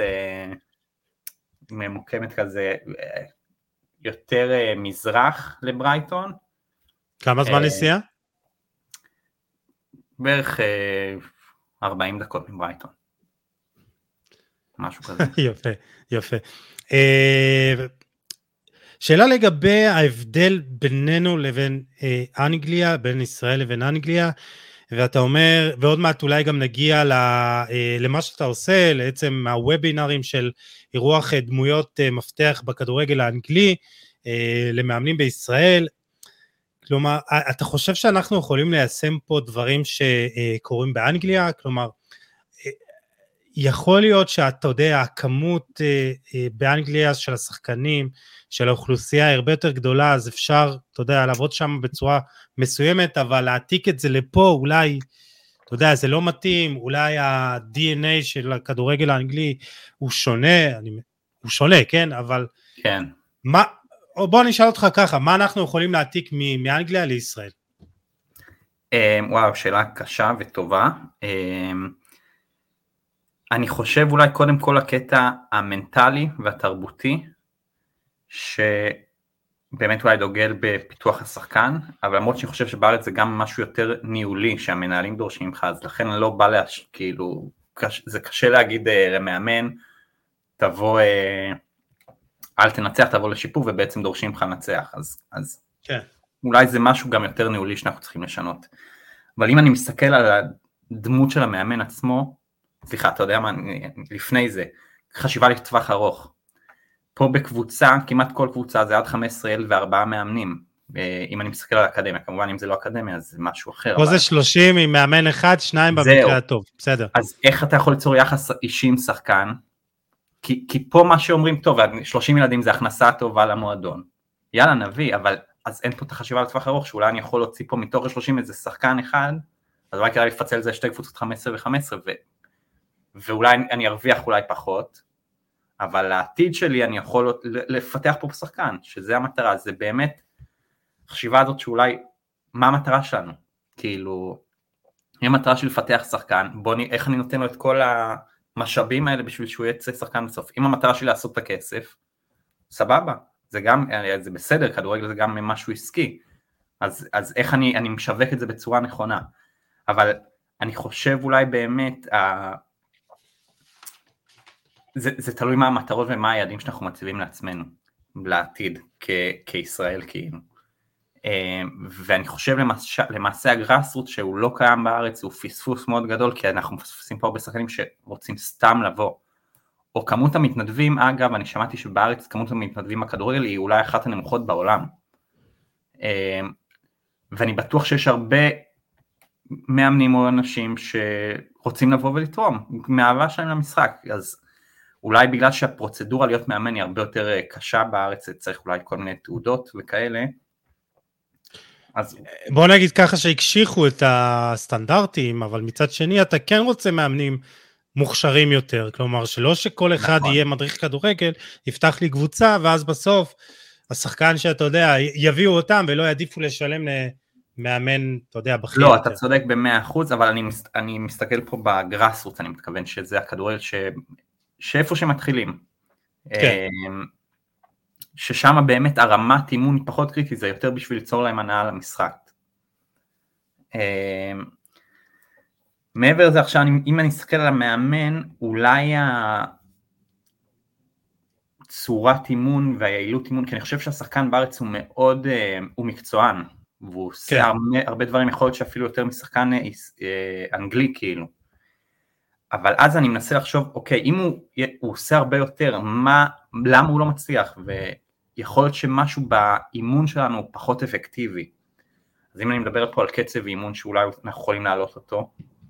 ממוקמת כזה, יותר מזרח לברייטון. כמה זמן נסיעה? בערך 40 דקות מברייטון. משהו כזה. יפה, יפה. שאלה לגבי ההבדל בינינו לבין אנגליה, בין ישראל לבין אנגליה, ואתה אומר, ועוד מעט אולי גם נגיע למה שאתה עושה, לעצם הוובינרים של אירוח דמויות מפתח בכדורגל האנגלי, למאמנים בישראל. כלומר, אתה חושב שאנחנו יכולים ליישם פה דברים שקורים באנגליה? כלומר, יכול להיות שאתה יודע, הכמות באנגליה של השחקנים, של האוכלוסייה הרבה יותר גדולה, אז אפשר, אתה יודע, לעבוד שם בצורה מסוימת, אבל להעתיק את זה לפה, אולי, אתה יודע, זה לא מתאים, אולי ה-DNA של הכדורגל האנגלי הוא שונה, הוא שונה, כן? אבל כן. בוא נשאל אותך ככה, מה אנחנו יכולים להעתיק מאנגליה לישראל? וואו, שאלה קשה וטובה. אני חושב אולי קודם כל הקטע המנטלי והתרבותי, שבאמת אולי דוגל בפיתוח השחקן, אבל למרות שאני חושב שבארץ זה גם משהו יותר ניהולי, שהמנהלים דורשים לך, אז לכן אני לא בא כאילו, זה קשה להגיד למאמן, תבוא, אל תנצח, תבוא לשיפור, ובעצם דורשים לך לנצח, אז כן. אולי זה משהו גם יותר ניהולי שאנחנו צריכים לשנות. אבל אם אני מסתכל על הדמות של המאמן עצמו, סליחה, אתה יודע מה, לפני זה, חשיבה לטווח ארוך. פה בקבוצה, כמעט כל קבוצה זה עד 15 ילד ו4 מאמנים. אם אני מסתכל על האקדמיה, כמובן אם זה לא אקדמיה אז זה משהו אחר. פה זה 30 עם מאמן אחד, 2 במקרה הטוב, בסדר. אז איך אתה יכול ליצור יחס אישי עם שחקן? כי פה מה שאומרים, טוב, 30 ילדים זה הכנסה טובה למועדון. יאללה נביא, אבל אז אין פה את החשיבה לטווח ארוך, שאולי אני יכול להוציא פה מתוך 30 איזה שחקן אחד, אז אולי כדאי לפצל זה שתי קבוצות 15 ו-15, ואולי אני ארוויח אולי פחות, אבל העתיד שלי אני יכול לפתח פה שחקן, שזה המטרה, זה באמת החשיבה הזאת שאולי, מה המטרה שלנו? כאילו, היא המטרה של לפתח שחקן, איך אני נותן לו את כל המשאבים האלה בשביל שהוא יצא שחקן בסוף. אם המטרה שלי לעשות את הכסף, סבבה, זה בסדר, כדורגל זה גם משהו עסקי, אז איך אני משווק את זה בצורה נכונה, אבל אני חושב אולי באמת, זה תלוי מה המטרות ומה היעדים שאנחנו מציבים לעצמנו, לעתיד, כישראל כאילו. ואני חושב למעשה הגראסרוט שהוא לא קיים בארץ, הוא פספוס מאוד גדול, כי אנחנו מפספסים פה הרבה שחקנים שרוצים סתם לבוא. או כמות המתנדבים, אגב, אני שמעתי שבארץ כמות המתנדבים בכדורגל היא אולי אחת הנמוכות בעולם. ואני בטוח שיש הרבה מאמנים או אנשים שרוצים לבוא ולתרום, מהאהבה שלהם למשחק, אז אולי בגלל שהפרוצדורה להיות מאמן היא הרבה יותר קשה בארץ, צריך אולי כל מיני תעודות וכאלה. אז בוא נגיד ככה שהקשיחו את הסטנדרטים, אבל מצד שני אתה כן רוצה מאמנים מוכשרים יותר, כלומר שלא שכל אחד יהיה מדריך כדורגל, יפתח לי קבוצה, ואז בסוף השחקן שאתה יודע, יביאו אותם ולא יעדיפו לשלם למאמן, אתה יודע, בכיר. לא, אתה צודק ב100%, אבל אני מסתכל פה בגראסרוט, אני מתכוון שזה הכדורגל שאיפה שמתחילים. כן. ששם באמת הרמת אימון פחות קריטית, זה יותר בשביל ליצור להם הנאה למשחק. מעבר לזה עכשיו, אם אני אסתכל על המאמן, אולי צורת אימון והיעילות אימון, כי אני חושב שהשחקן בארץ הוא מאוד, הוא מקצוען, והוא עושה הרבה דברים, יכול להיות שאפילו יותר משחקן אנגלי כאילו. אבל אז אני מנסה לחשוב, אוקיי, אם הוא עושה הרבה יותר, למה הוא לא מצליח? ויכול להיות שמשהו באימון שלנו הוא פחות אפקטיבי. אז אם אני מדבר פה על קצב אימון שאולי אנחנו יכולים להעלות אותו,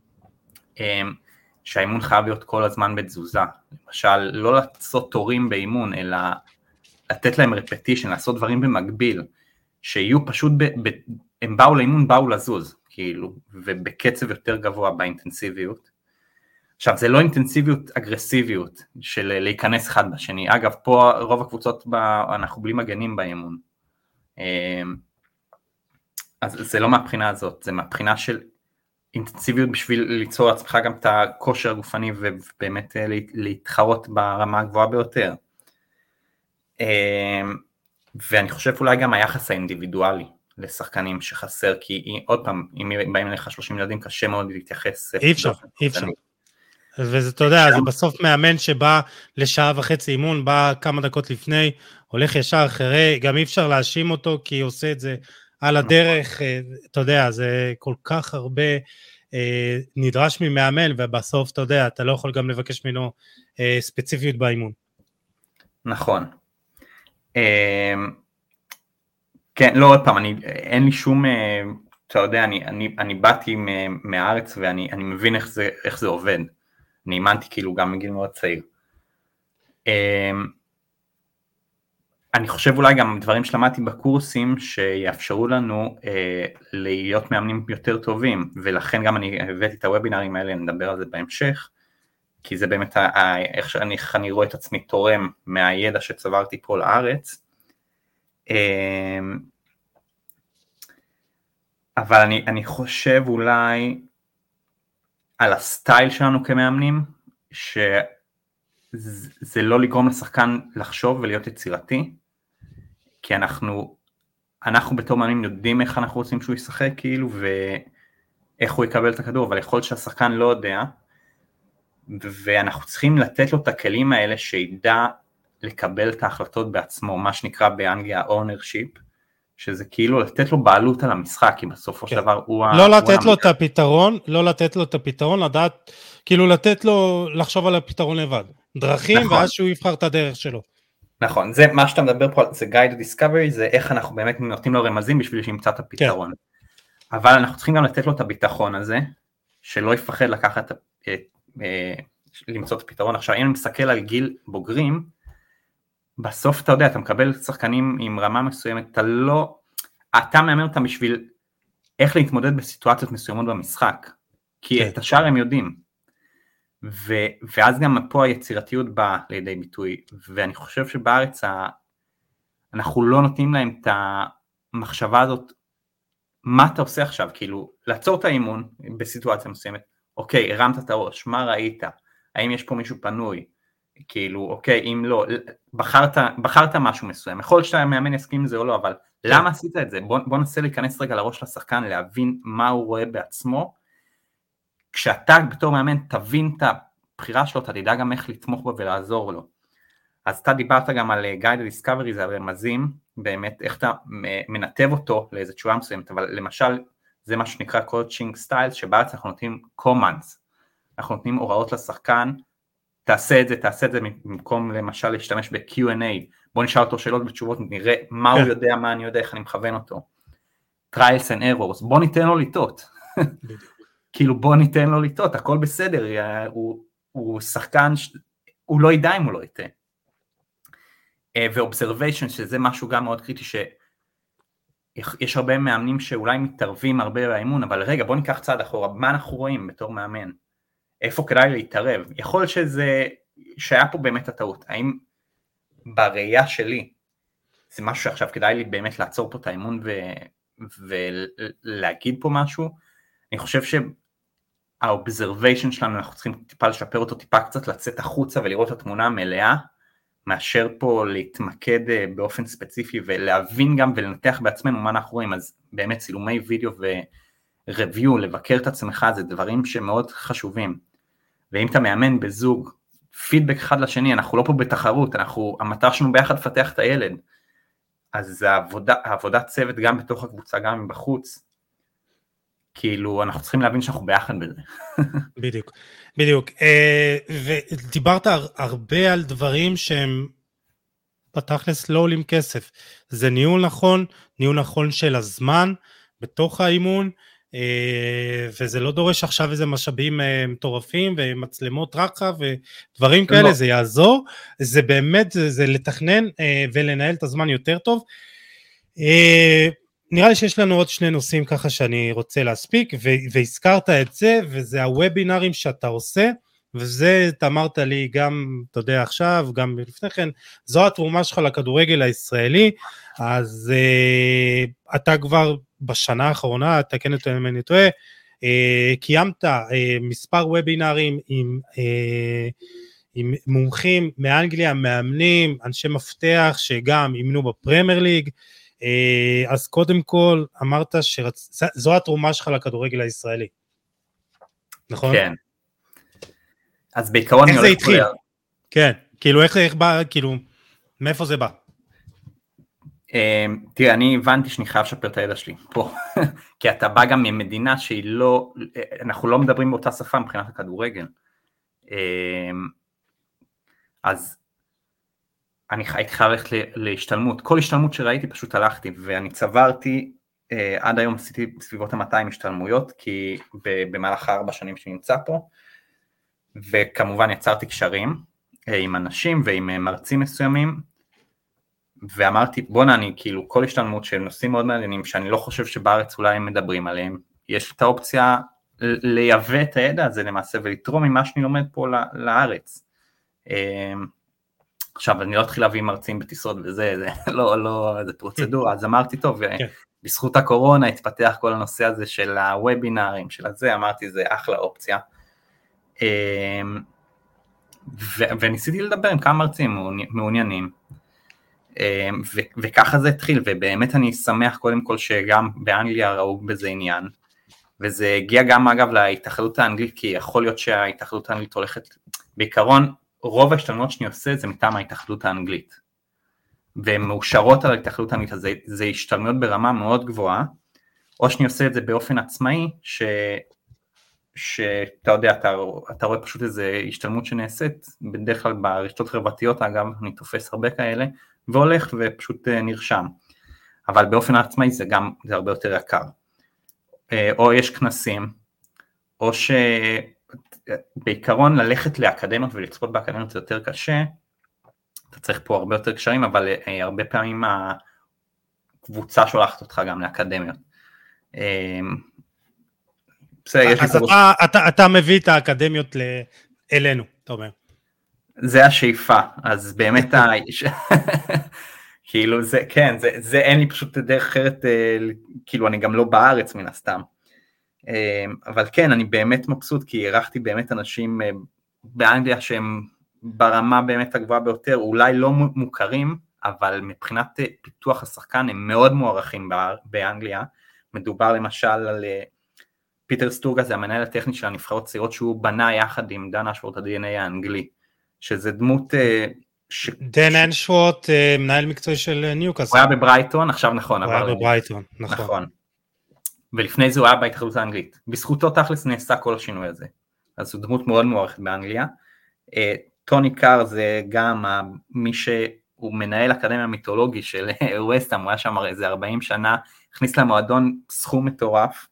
שהאימון חייב להיות כל הזמן בתזוזה, למשל לא לעשות תורים באימון, אלא לתת להם רפטישן, לעשות דברים במקביל, שיהיו פשוט, הם באו לאימון, באו לזוז, כאילו, ובקצב יותר גבוה באינטנסיביות. עכשיו זה לא אינטנסיביות, אגרסיביות, של להיכנס אחד בשני, אגב פה רוב הקבוצות אנחנו בלי מגנים באימון, אז זה לא מהבחינה הזאת, זה מהבחינה של אינטנסיביות בשביל ליצור לעצמך גם את הכושר הגופני ובאמת להתחרות ברמה הגבוהה ביותר. ואני חושב אולי גם היחס האינדיבידואלי לשחקנים שחסר, כי עוד פעם, אם באים אליך 30 ילדים קשה מאוד להתייחס. אי אפשר. וזה, אתה יודע, זה בסוף מאמן שבא לשעה וחצי אימון, בא כמה דקות לפני, הולך ישר אחרי, גם אי אפשר להאשים אותו, כי הוא עושה את זה על הדרך, אתה יודע, זה כל כך הרבה נדרש ממאמן, ובסוף, אתה יודע, אתה לא יכול גם לבקש ממנו ספציפיות באימון. נכון. כן, לא עוד פעם, אין לי שום, אתה יודע, אני באתי מהארץ, ואני מבין איך זה עובד. אני אימנתי כאילו גם מגיל מאוד צעיר. אני חושב אולי גם דברים שלמדתי בקורסים שיאפשרו לנו להיות מאמנים יותר טובים, ולכן גם אני הבאתי את הוובינרים האלה, נדבר על זה בהמשך, כי זה באמת איך אני רואה את עצמי תורם מהידע שצברתי פה לארץ. אבל אני חושב אולי על הסטייל שלנו כמאמנים, שזה לא לגרום לשחקן לחשוב ולהיות יצירתי, כי אנחנו בתור מאמנים יודעים איך אנחנו רוצים שהוא ישחק כאילו, ואיך הוא יקבל את הכדור, אבל יכול להיות שהשחקן לא יודע, ואנחנו צריכים לתת לו את הכלים האלה שידע לקבל את ההחלטות בעצמו, מה שנקרא באנגליה ownership, שזה כאילו לתת לו בעלות על המשחק, כי בסופו של דבר הוא... לא לתת לו את הפתרון, לא לתת לו את הפתרון, לדעת, כאילו לתת לו לחשוב על הפתרון לבד. דרכים, ואז שהוא יבחר את הדרך שלו. נכון, זה מה שאתה מדבר פה, זה guided discovery, זה איך אנחנו באמת נותנים לו רמזים בשביל שימצא את הפתרון. אבל אנחנו צריכים גם לתת לו את הביטחון הזה, שלא יפחד לקחת, למצוא את הפתרון. עכשיו, אם אני מסתכל על גיל בוגרים, בסוף אתה יודע, אתה מקבל שחקנים עם רמה מסוימת, אתה מאמן אותם בשביל איך להתמודד בסיטואציות מסוימות במשחק, כי את השאר הם יודעים, ואז גם פה היצירתיות באה לידי ביטוי, ואני חושב שבארץ אנחנו לא נותנים להם את המחשבה הזאת, מה אתה עושה עכשיו, כאילו לעצור את האימון בסיטואציה מסוימת, אוקיי, הרמת את הראש, מה ראית, האם יש פה מישהו פנוי, כאילו, אוקיי, אם לא, בחרת משהו מסוים, יכול להיות שאתה מאמן יסכים עם זה או לא, אבל למה עשית את זה? בוא ננסה להיכנס רגע לראש לשחקן, להבין מה הוא רואה בעצמו, כשאתה בתור מאמן תבין את הבחירה שלו, אתה תדע גם איך לתמוך בו ולעזור לו. אז אתה דיברת גם על guided discovery, זה על רמזים, באמת איך אתה מנתב אותו לאיזו תשובה מסוימת, אבל למשל, זה מה שנקרא coaching styles, שבארץ אנחנו נותנים commands, אנחנו נותנים הוראות לשחקן, תעשה את זה במקום למשל להשתמש ב-Q&A, בוא נשאל אותו שאלות בתשובות, נראה מה הוא יודע, מה אני יודע, איך אני מכוון אותו. Trials and errors, בוא ניתן לו לטעות. כאילו בוא ניתן לו לטעות, הכל בסדר, הוא שחקן, הוא לא ידע אם הוא לא יטעה. ו-observation, שזה משהו גם מאוד קריטי, שיש הרבה מאמנים שאולי מתערבים הרבה באימון, אבל רגע, בוא ניקח צעד אחורה, מה אנחנו רואים בתור מאמן? איפה כדאי להתערב? יכול שהיה פה באמת הטעות, האם בראייה שלי, זה משהו שעכשיו כדאי לי באמת לעצור פה את האימון ולהגיד פה משהו, אני חושב שה-observation שלנו, אנחנו צריכים טיפה לשפר אותו, טיפה קצת לצאת החוצה ולראות את התמונה המלאה, מאשר פה להתמקד באופן ספציפי ולהבין גם ולנתח בעצמנו מה אנחנו רואים, אז באמת צילומי וידאו ורביו, לבקר את עצמך, זה דברים שמאוד חשובים, ואם אתה מאמן בזוג, פידבק אחד לשני, אנחנו לא פה בתחרות, המטרה שלנו ביחד לפתח את הילד, אז העבודת צוות גם בתוך הקבוצה, גם בחוץ, כאילו אנחנו צריכים להבין שאנחנו ביחד בזה. בדיוק. ודיברת הרבה על דברים שהם בתכלס לא עולים כסף. זה ניהול נכון של הזמן בתוך האימון, וזה לא דורש עכשיו איזה משאבים מטורפים ומצלמות רחב ודברים כאלה, זה יעזור, זה באמת, זה לתכנן ולנהל את הזמן יותר טוב. נראה לי שיש לנו עוד שני נושאים ככה שאני רוצה להספיק, והזכרת את זה, וזה הוובינרים שאתה עושה, וזה אתה אמרת לי גם, אתה יודע עכשיו, גם לפני כן, זו התרומה שלך לכדורגל הישראלי, אז אתה כבר בשנה האחרונה, תקן אותי אם אני טועה, קיימת מספר וובינרים עם מומחים מאנגליה, מאמנים, אנשי מפתח שגם אימנו בפרמייר ליג, אז קודם כל אמרת שזו התרומה שלך לכדורגל הישראלי, נכון? כן. אז בעיקרון איך זה התחיל? כן, כאילו איך בא, כאילו, מאיפה זה בא? תראה, אני הבנתי שאני חייב לשפר את הידע שלי פה, כי אתה בא גם ממדינה שהיא לא, אנחנו לא מדברים באותה שפה מבחינת הכדורגל, אז אני הייתי חייב ללכת להשתלמות, כל השתלמות שראיתי פשוט הלכתי, ואני צברתי, עד היום עשיתי סביבות ה-200 השתלמויות, כי במהלך 4 שנים שנמצא פה, וכמובן יצרתי קשרים עם אנשים ועם מרצים מסוימים, ואמרתי, בוא'נה, אני כאילו כל השתלמות של נושאים מאוד מעניינים, שאני לא חושב שבארץ אולי הם מדברים עליהם, יש את האופציה לייבא את הידע הזה למעשה, ולתרום ממה שאני לומד פה לארץ. עכשיו, אני לא אתחיל להביא מרצים בטיסות וזה, זה לא, זה פרוצדורה, אז אמרתי, טוב, בזכות הקורונה התפתח כל הנושא הזה של הוובינרים, של הזה, אמרתי, זה אחלה אופציה. וניסיתי לדבר עם כמה מרצים מעוניינים, וככה זה התחיל, ובאמת אני שמח קודם כל שגם באנגליה ראו בזה עניין, וזה הגיע גם אגב להתאחדות האנגלית, כי יכול להיות שההתאחדות האנגלית הולכת, בעיקרון רוב ההשתלמות שאני עושה זה מטעם ההתאחדות האנגלית, והן מאושרות על ההתאחדות האנגלית, אז זה השתלמויות ברמה מאוד גבוהה, או שאני עושה את זה באופן עצמאי, שאתה יודע, אתה רואה פשוט איזו השתלמות שנעשית, בדרך כלל ברשתות חברתיות, אגב, אני תופס הרבה כאלה, והולך ופשוט נרשם. אבל באופן עצמאי זה הרבה יותר יקר. או יש כנסים, או שבעיקרון ללכת לאקדמיות ולצפות באקדמיות זה יותר קשה, אתה צריך פה הרבה יותר קשרים, אבל הרבה פעמים הקבוצה שולחת אותך גם לאקדמיות. אז אתה מביא את האקדמיות אלינו, אתה אומר. זה השאיפה, אז באמת, כאילו זה, כן, זה אין לי פשוט דרך אחרת, כאילו אני גם לא בארץ מן הסתם. אבל כן, אני באמת מבסוט, כי ערכתי באמת אנשים באנגליה שהם ברמה באמת הגבוהה ביותר, אולי לא מוכרים, אבל מבחינת פיתוח השחקן הם מאוד מוערכים באנגליה. מדובר למשל על פיטר סטורגה, זה המנהל הטכני של הנבחרות צעירות, שהוא בנה יחד עם דן אשוורד ה-DNA האנגלי, שזה דמות... דן אשוורד, מנהל מקצועי של ניוקאסל. הוא היה בברייטון, עכשיו נכון. הוא היה בברייטון, נכון. ולפני זה הוא היה בהתאחדות האנגלית. בזכותו תכלס נעשה כל השינוי הזה. אז הוא דמות מאוד מוערכת באנגליה. טוני קאר זה גם מי שהוא מנהל אקדמיה מיתולוגי של ווסטהאם, הוא היה שם איזה 40 שנה, הכניס למועדון סכום מטורף.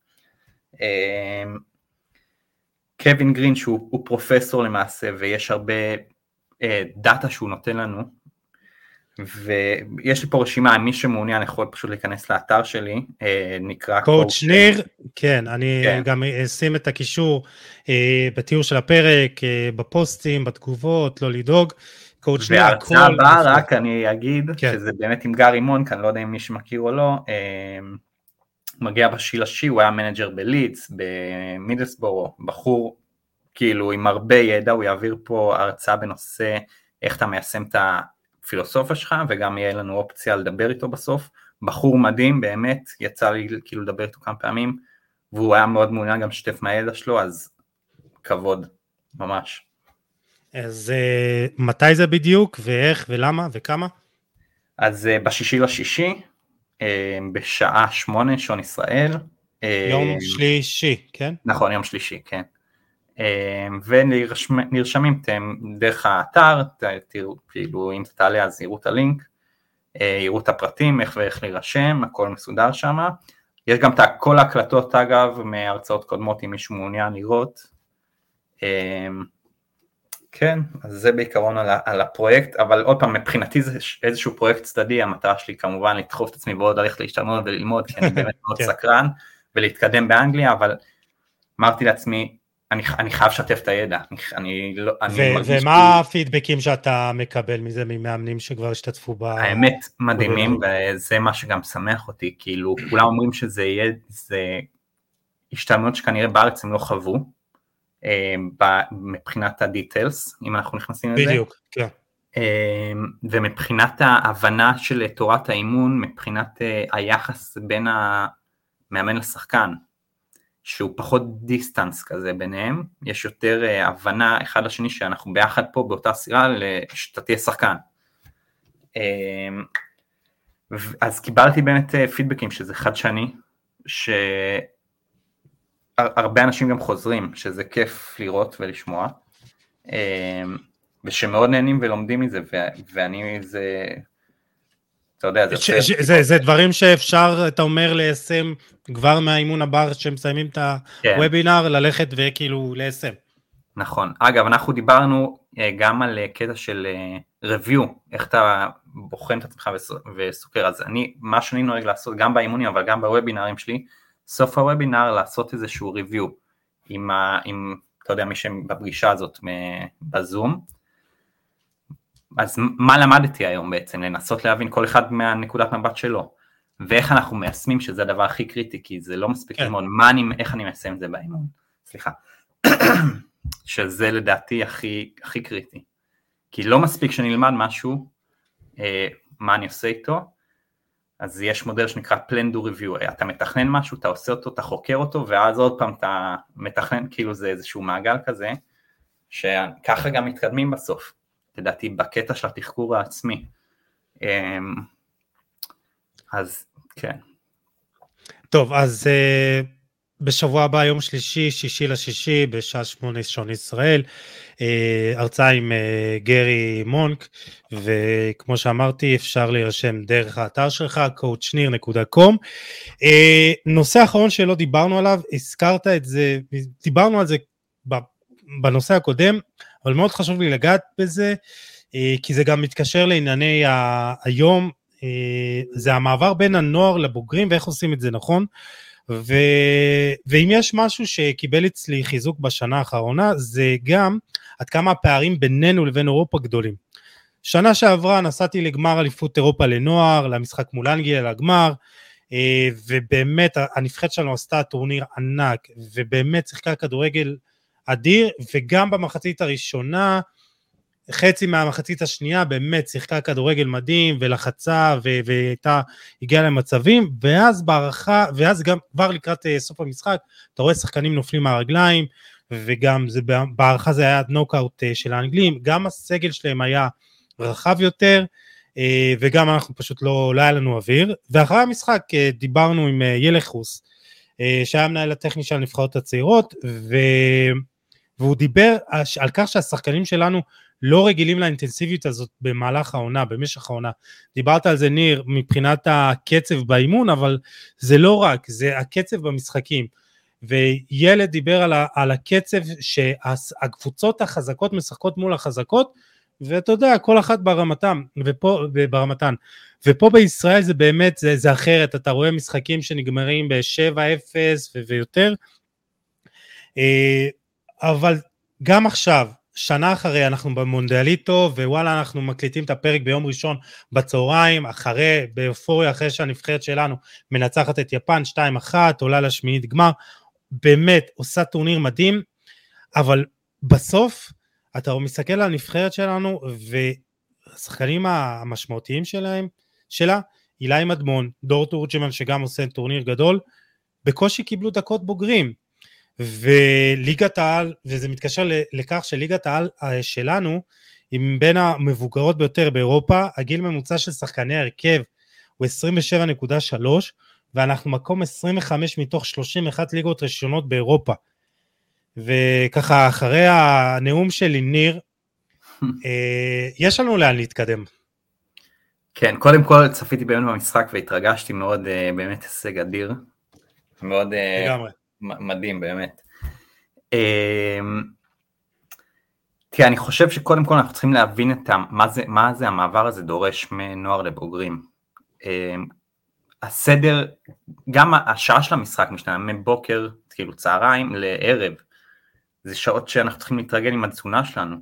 קווין גרין שהוא פרופסור למעשה, ויש הרבה דאטה שהוא נותן לנו, ויש לי פה רשימה, מי שמעוניין יכול פשוט להיכנס לאתר שלי, נקרא קואוצ' ניר, כן, אני גם אשים את הקישור בתיאור של הפרק, בפוסטים, בתגובות, לא לדאוג, קואוצ' ניר, הכל. וההרצאה הבאה, רק אני אגיד, שזה באמת עם גארי מונק, אני לא יודע אם מי שמכיר או לא, מגיע בשילשי, הוא היה מנג'ר בלידס, במידלסבורו, בחור כאילו עם הרבה ידע, הוא יעביר פה הרצאה בנושא איך אתה מיישם את הפילוסופיה שלך, וגם יהיה לנו אופציה לדבר איתו בסוף, בחור מדהים באמת, יצא לי כאילו לדבר איתו כמה פעמים, והוא היה מאוד מעוניין גם שתף מהידע שלו, אז כבוד, ממש. אז מתי זה בדיוק, ואיך, ולמה, וכמה? אז ב6/6, בשעה 8 שעון ישראל. יום שלישי, כן? נכון, יום שלישי, כן. ונרשמים דרך האתר, תראו, כאילו אם תעלה אז יראו את הלינק, יראו את הפרטים, איך ואיך להירשם, הכל מסודר שם. יש גם כל ההקלטות אגב, מהרצאות קודמות אם מישהו מעוניין לראות. כן, אז זה בעיקרון על הפרויקט, אבל עוד פעם, מבחינתי זה איזשהו פרויקט צדדי, המטרה שלי כמובן לדחוף את עצמי ועוד ללכת להשתלמות וללמוד, כי אני באמת מאוד סקרן, ולהתקדם באנגליה, אבל אמרתי לעצמי, אני חייב לשתף את הידע. ומה הפידבקים שאתה מקבל מזה, ממאמנים שכבר השתתפו האמת מדהימים, וזה מה שגם שמח אותי, כאילו כולם אומרים שזה יהיה, זה השתלמות שכנראה בארץ הם לא חוו, מבחינת הדיטלס, אם אנחנו נכנסים לזה. בדיוק, כן. ומבחינת ההבנה של תורת האימון, מבחינת היחס בין המאמן לשחקן, שהוא פחות דיסטנס כזה ביניהם, יש יותר הבנה אחד לשני שאנחנו ביחד פה באותה סירה שאתה תהיה שחקן. אז קיבלתי באמת פידבקים שזה חדשני, שהרבה אנשים גם חוזרים, שזה כיף לראות ולשמוע, ושמאוד נהנים ולומדים מזה, ואני זה... אתה יודע, זה דברים שאפשר, אתה אומר, ליישם כבר מהאימון הבא שמסיימים את הוובינר, ללכת וכאילו ליישם. נכון. אגב, אנחנו דיברנו גם על קטע של review, איך אתה בוחן את עצמך וסוקר. אז מה שאני נוהג לעשות, גם באימונים, אבל גם בוובינרים שלי, סוף הוובינר לעשות איזשהו review, עם אתה יודע, מי שבפגישה הזאת בזום, אז מה למדתי היום בעצם? לנסות להבין כל אחד מהנקודת מבט שלו, ואיך אנחנו מיישמים שזה הדבר הכי קריטי, כי זה לא מספיק ללמוד, איך אני מיישם את זה באימון, סליחה, שזה לדעתי הכי קריטי, כי לא מספיק שנלמד משהו, מה אני עושה איתו, אז יש מודל שנקרא plan do review, אתה מתכנן משהו, אתה עושה אותו, אתה חוקר אותו, ואז עוד פעם אתה מתכנן, כאילו זה איזשהו מעגל כזה, שככה גם מתקדמים בסוף, לדעתי בקטע של התחקור העצמי, אז כן. טוב, אז בשבוע הבא, יום שלישי, 6/6, בשעה 8 שעון ישראל, הרצאה עם גרי מונק, וכמו שאמרתי, אפשר להירשם דרך האתר שלך, coachnir.com. נושא אחרון שלא דיברנו עליו, הזכרת את זה, דיברנו על זה בנושא הקודם, אבל מאוד חשוב לי לגעת בזה, כי זה גם מתקשר לענייני היום, זה המעבר בין הנוער לבוגרים, ואיך עושים את זה נכון, ואם יש משהו שקיבל אצלי חיזוק בשנה האחרונה, זה גם עד כמה הפערים בינינו לבין אירופה גדולים. שנה שעברה נסעתי לגמר אליפות אירופה לנוער, למשחק מול אנגליה, לגמר, ובאמת הנבחרת שלנו עשתה טורניר ענק, ובאמת שיחקה כדורגל אדיר, וגם במחצית הראשונה, חצי מהמחצית השנייה, באמת שיחקה כדורגל מדהים, ולחצה, והגיעה למצבים, ואז בערכה, ואז גם כבר לקראת סוף המשחק, אתה רואה שחקנים נופלים מהרגליים, וגם בערכה זה היה נוקאוט של האנגלים, גם הסגל שלהם היה רחב יותר, וגם אנחנו פשוט לא היה לנו אוויר, ואחרי המשחק דיברנו עם ילחוס, שהיה מנהל הטכני של הנבחרות הצעירות, והוא דיבר על כך שהשחקנים שלנו לא רגילים לאינטנסיביות הזאת במהלך העונה, במשך העונה. דיברת על זה ניר מבחינת הקצב באימון, אבל זה לא רק, זה הקצב במשחקים. וילד דיבר על הקצב שהקבוצות החזקות משחקות מול החזקות, ואתה יודע, כל אחת ברמתן. ופה בישראל זה באמת, זה אחרת, אתה רואה משחקים שנגמרים ב-7-0 ויותר, אבל גם עכשיו, שנה אחרי אנחנו במונדיאליטו, ווואלה אנחנו מקליטים את הפרק ביום ראשון בצהריים, באופוריה אחרי שהנבחרת שלנו מנצחת את יפן 2-1, עולה לשמינית גמר, באמת עושה טורניר מדהים, אבל בסוף אתה מסתכל על הנבחרת שלנו, והשחקנים המשמעותיים שלה, אילי מדמון, דור תורג'מן שגם עושה טורניר גדול, בקושי קיבלו דקות בוגרים, וליגת העל, וזה מתקשר לכך שליגת העל שלנו, עם בין המבוגרות ביותר באירופה, הגיל ממוצע של שחקני הרכב הוא 27.3, ואנחנו מקום 25 מתוך 31 ליגות ראשונות באירופה. וככה אחרי הנאום שלי ניר, יש לנו לאן להתקדם. כן, קודם כל צפיתי באמת במשחק והתרגשתי מאוד, באמת הישג אדיר, מאוד מדהים באמת. תראה, אני חושב שקודם כל אנחנו צריכים להבין מה זה המעבר הזה דורש מנוער לבוגרים. הסדר, גם השעה של המשחק משתנה מבוקר, כאילו צהריים לערב, זה שעות שאנחנו צריכים להתרגל עם התזונה שלנו.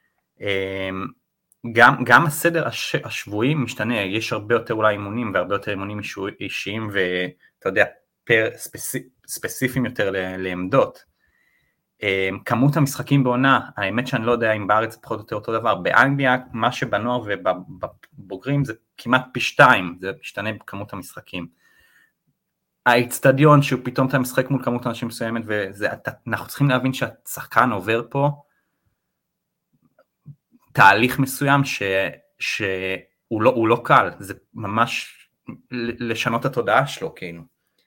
גם הסדר השבועי משתנה, יש הרבה יותר אולי אימונים והרבה יותר אימונים אישיים ואתה יודע, ספציפיים יותר לעמדות. כמות המשחקים בעונה, האמת שאני לא יודע אם בארץ פחות או יותר אותו דבר, באנגליה מה שבנוער ובבוגרים זה כמעט פי 2, זה משתנה בכמות המשחקים. האצטדיון שהוא פתאום אתה משחק מול כמות אנשים מסוימת, ואנחנו צריכים להבין שהשחקן עובר פה תהליך מסוים שהוא לא קל, זה ממש לשנות את התודעה שלו כאילו.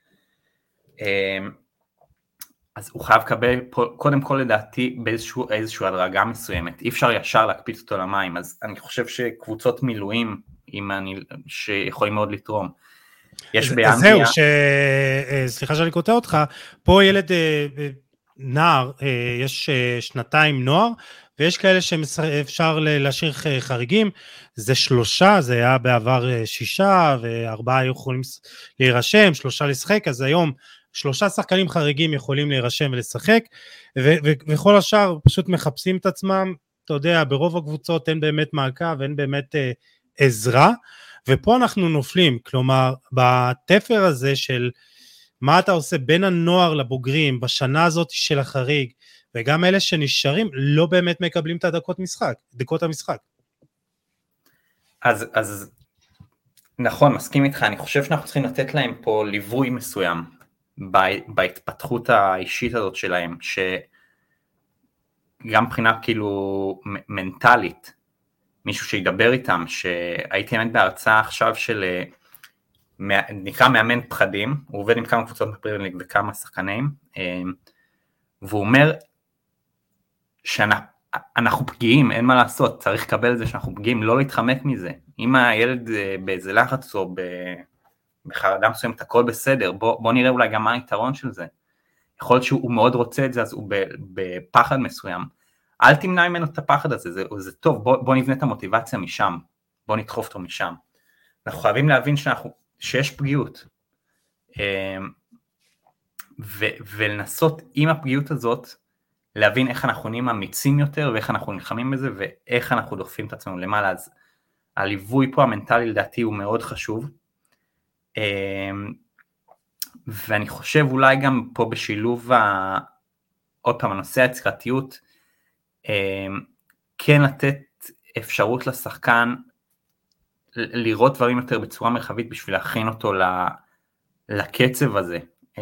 אז הוא חייב לקבל, קודם כל לדעתי, באיזושהי הדרגה מסוימת, אי אפשר ישר להקפיץ אותו למים, אז אני חושב שקבוצות מילואים, שיכולים מאוד לתרום. יש באנגליה... זהו, סליחה שאני קוטע אותך, פה ילד נער, יש 2 נוער, ויש כאלה שאפשר להשאיר חריגים, זה 3, זה היה בעבר 6, ו4 יכולים להירשם, 3 לשחק, אז היום 3 שחקנים חריגים יכולים להירשם ולשחק, וכל השאר פשוט מחפשים את עצמם, אתה יודע, ברוב הקבוצות אין באמת מעקב, אין באמת עזרה, ופה אנחנו נופלים, כלומר, בתפר הזה של מה אתה עושה בין הנוער לבוגרים, בשנה הזאת של החריג, וגם אלה שנשארים לא באמת מקבלים את דקות המשחק. אז נכון, מסכים איתך, אני חושב שאנחנו צריכים לתת להם פה ליווי מסוים, בהתפתחות האישית הזאת שלהם, שגם מבחינה כאילו מנטלית, מישהו שידבר איתם, שהייתי באמת בהרצאה עכשיו של, נקרא מאמן פחדים, הוא עובד עם כמה קבוצות בפרמייר ליג וכמה שחקנים, והוא אומר שאנחנו פגיעים, אין מה לעשות, צריך לקבל את זה שאנחנו פגיעים, לא להתחמק מזה. אם הילד באיזה לחץ או בחרדה מסוימת, הכל בסדר, בוא נראה אולי גם מה היתרון של זה. יכול להיות שהוא מאוד רוצה את זה, אז הוא בפחד מסוים. אל תמנע ממנו את הפחד הזה, זה טוב, בוא נבנה את המוטיבציה משם, בוא נדחוף אותו משם. אנחנו חייבים להבין שיש פגיעות, ולנסות עם הפגיעות הזאת, להבין איך אנחנו נהיים אמיצים יותר, ואיך אנחנו נלחמים בזה, ואיך אנחנו דוחפים את עצמנו למעלה. אז הליווי פה המנטלי לדעתי הוא מאוד חשוב, ואני חושב אולי גם פה בשילוב, עוד פעם, הנושא היצירתיות, כן לתת אפשרות לשחקן, לראות דברים יותר בצורה מרחבית, בשביל להכין אותו לקצב הזה,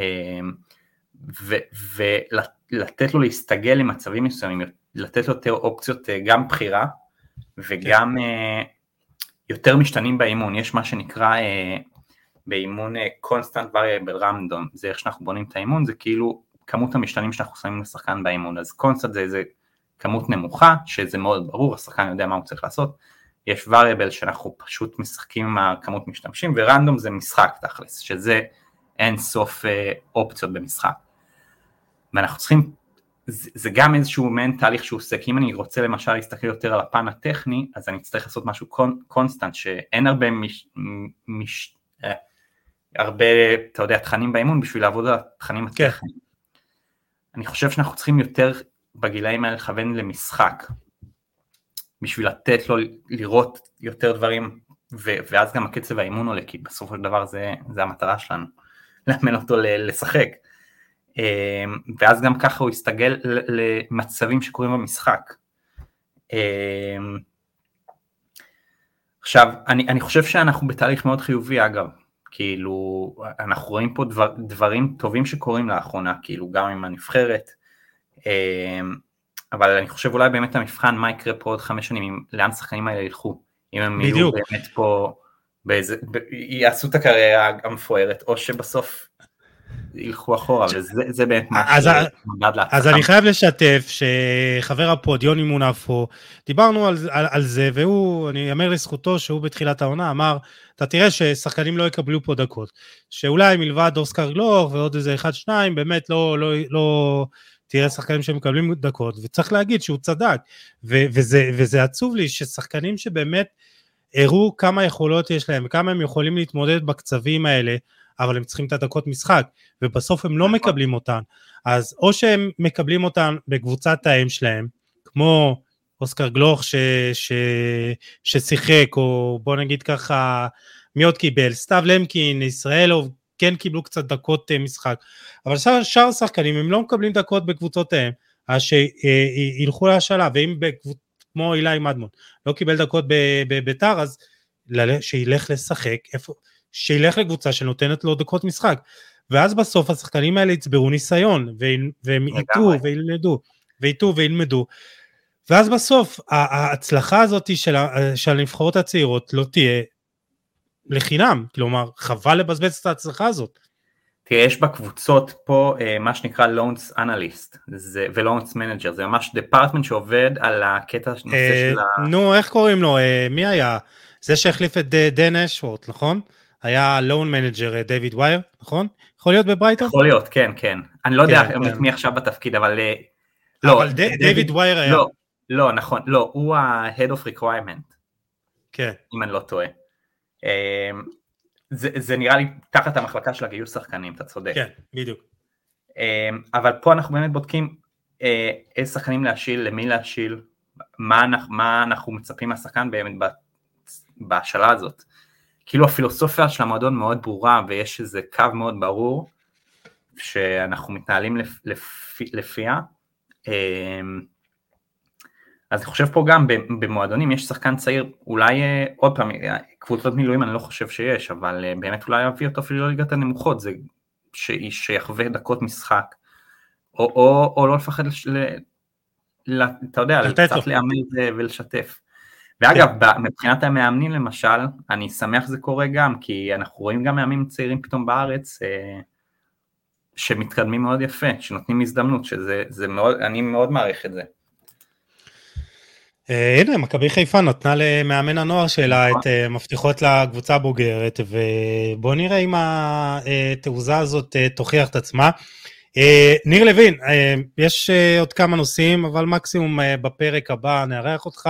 ולתת לו להסתגל למצבים מסוימים, לתת לו יותר אופציות, גם בחירה, וגם יותר משתנים באימון. יש מה שנקרא באימון constant variable random, זה איך שאנחנו בונים את האימון, זה כאילו כמות המשתנים שאנחנו שמים לשחקן באימון. אז constant זה איזה כמות נמוכה, שזה מאוד ברור, השחקן יודע מה הוא צריך לעשות. יש variable שאנחנו פשוט משחקים עם הכמות משתמשים, ורנדום זה משחק תכלס, שזה אין סוף אופציות במשחק. ואנחנו צריכים, זה גם איזשהו מעין תהליך שהוא עושה, כי אם אני רוצה למשל להסתכל יותר על הפן הטכני, אז אני צריך לעשות משהו קונסטנט, שאין הרבה, אתה יודע, תכנים באימון, בשביל לעבוד על התכנים הטכניים. אני חושב שאנחנו צריכים יותר בגילאים האלה לכוון למשחק, בשביל לתת לו לראות יותר דברים, ואז גם הקצב האימון עולה, כי בסופו של דבר זה המטרה שלנו, לאמן אותו לשחק. ואז גם ככה הוא יסתגל למצבים שקורים במשחק. עכשיו, אני חושב שאנחנו בתהליך מאוד חיובי, אגב, כאילו, אנחנו רואים פה דברים טובים שקורים לאחרונה, כאילו, גם עם הנבחרת, אבל אני חושב אולי באמת המבחן, מה יקרה פה עוד 5 שנים, לאן שחקנים האלה ילכו, אם הם יהיו באמת פה, יעשו את הקריירה המפוארת, או שבסוף ילכו אחורה, וזה באמת מה שמדד להצלחה. אז אני חייב לשתף שחבר הפוד, יוני מונפו, דיברנו על זה, והוא, אני אמר לזכותו שהוא בתחילת העונה, אמר, אתה תראה ששחקנים לא יקבלו פה דקות, שאולי מלבד אוסקר גלוך ועוד איזה 1-2, באמת לא תראה שחקנים שמקבלים דקות, וצריך להגיד שהוא צדק, וזה עצוב לי ששחקנים שבאמת הראו כמה יכולות יש להם, כמה הם יכולים להתמודד בקצבים האלה, אבל הם צריכים את הדקות משחק, ובסוף הם לא מקבלים אותן, אז או שהם מקבלים אותן בקבוצת האם שלהם, כמו אוסקר גלוך ששיחק, או בוא נגיד ככה, מי עוד קיבל, סתיו למקין, ישראלוב, כן קיבלו קצת דקות משחק, אבל שאר השחקנים הם לא מקבלים דקות בקבוצותיהם, אז שילכו להשאלה, ואם כמו אילי מדמון, לא קיבל דקות בביתר, אז שילך לשחק, שילך לקבוצה שנותנת לו דקות משחק, ואז בסוף השחקנים האלה יצברו ניסיון, והם ייתו וילמדו, ואז בסוף ההצלחה הזאת של הנבחרות הצעירות לא תהיה לחינם, כלומר חבל לבזבז את ההצלחה הזאת. תראה, יש בקבוצות פה מה שנקרא Loans Analyst ו-Loans Manager, זה ממש דפרטמנט שעובד על הקטע נושא של נו, איך קוראים לו? מי היה? זה שהחליף את דן אשוורט, נכון? היה לון מנג'ר דיוויד ווייר, נכון? יכול להיות בברייטון? יכול להיות, כן, כן. אני לא יודע מי עכשיו בתפקיד, אבל לא. אבל דיוויד ווייר היה. לא, נכון, לא, הוא ה-Head of Requirement. כן. אם אני לא טועה. זה נראה לי תחת המחלקה של הגיוס שחקנים, אתה צודק. כן, בדיוק. אבל פה אנחנו באמת בודקים איזה שחקנים להשיל, למי להשיל, מה אנחנו מצפים מהשחקן באמת בהשאלה הזאת. כאילו הפילוסופיה של המועדון מאוד ברורה, ויש איזה קו מאוד ברור, שאנחנו מתנהלים לפיה. אז אני חושב פה גם במועדונים, יש שחקן צעיר, אולי עוד פעם, קבוצות מילואים אני לא חושב שיש, אבל באמת אולי להביא אותו אפילו לליגת הנמוכות, זה שיחווה דקות משחק, או לא לפחד, אתה יודע, קצת לאמן ולשתף. ואגב, מבחינת המאמנים למשל, אני שמח זה קורה גם, כי אנחנו רואים גם מאמנים צעירים פתאום בארץ, שמתקדמים מאוד יפה, שנותנים הזדמנות, שזה מאוד, אני מאוד מעריך את זה. הנה, מכבי חיפה נתנה למאמן הנוער שלה את מפתחות לקבוצה הבוגרת, ובוא נראה אם התעוזה הזאת תוכיח את עצמה. ניר לוין, יש עוד כמה נושאים, אבל מקסימום בפרק הבא נארח אותך,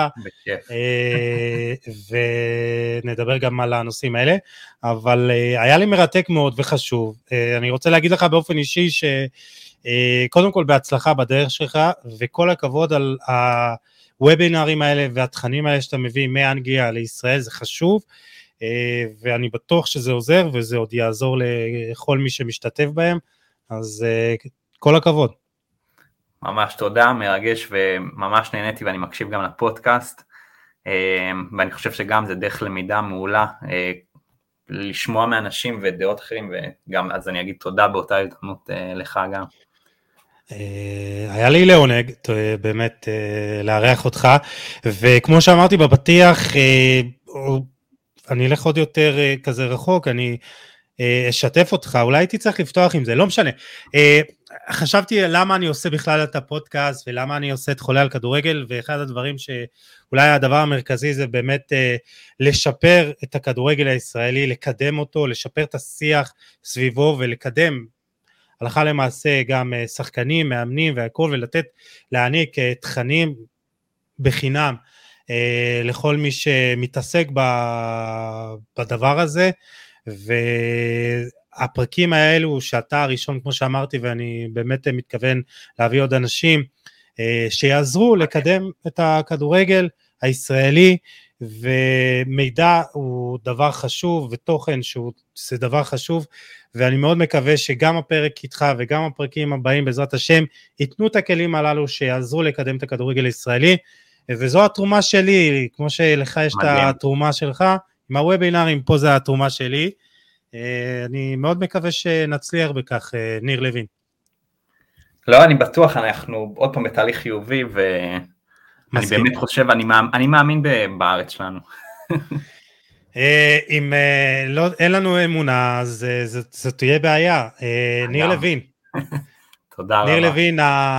ונדבר גם על הנושאים האלה, אבל היה לי מרתק מאוד וחשוב. אני רוצה להגיד לך באופן אישי שקודם כל בהצלחה בדרך שלך, וכל הכבוד על הוובינרים האלה והתכנים האלה שאתה מביא מאנגליה לישראל, זה חשוב, ואני בטוח שזה עוזר, וזה עוד יעזור לכל מי שמשתתף בהם, אז כל הכבוד. ממש תודה, מרגש, וממש נהניתי, ואני מקשיב גם לפודקאסט, ואני חושב שגם זה דרך למידה מעולה, לשמוע מאנשים ודעות אחרים, וגם אז אני אגיד תודה באותה הזדמנות לך גם. היה לי לעונג באמת לארח אותך, וכמו שאמרתי בפתיח, אני אלך עוד יותר כזה רחוק, אני אשתף אותך, אולי הייתי צריך לפתוח עם זה, לא משנה. חשבתי למה אני עושה בכלל את הפודקאסט, ולמה אני עושה את חולה על כדורגל, ואחד הדברים שאולי הדבר המרכזי זה באמת לשפר את הכדורגל הישראלי, לקדם אותו, לשפר את השיח סביבו, ולקדם הלכה למעשה גם שחקנים, מאמנים והכל, ולתת, להעניק תכנים בחינם לכל מי שמתעסק בדבר הזה, והפרקים האלו שאתה הראשון כמו שאמרתי, ואני באמת מתכוון להביא עוד אנשים שיעזרו לקדם את הכדורגל הישראלי, ומידע הוא דבר חשוב, ותוכן זה דבר חשוב, ואני מאוד מקווה שגם הפרק איתך וגם הפרקים הבאים בעזרת השם ייתנו את הכלים הללו שיעזרו לקדם את הכדורגל הישראלי, וזו התרומה שלי, כמו שלך יש את התרומה שלך, עם הוובינרים פה זה התרומה שלי, אני מאוד מקווה שנצליח בכך, ניר לוין. לא, אני בטוח, אנחנו עוד פעם בתהליך חיובי, ואני באמת חושב, אני מאמין בארץ שלנו. אם אין לנו אמונה, אז זאת תהיה בעיה. ניר לוין. תודה רבה. ניר לוין,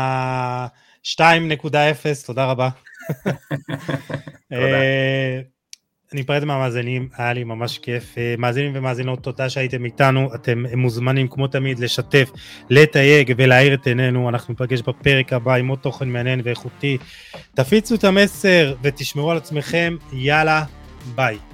2.0, תודה רבה. תודה. אני אפרד מהמאזינים, היה לי ממש כיף. מאזינים ומאזינות, תודה שהייתם איתנו, אתם מוזמנים כמו תמיד לשתף, לתייג ולהאיר את עינינו, אנחנו נפגש בפרק הבא עם עוד תוכן מעניין ואיכותי. תפיצו את המסר ותשמרו על עצמכם, יאללה, ביי.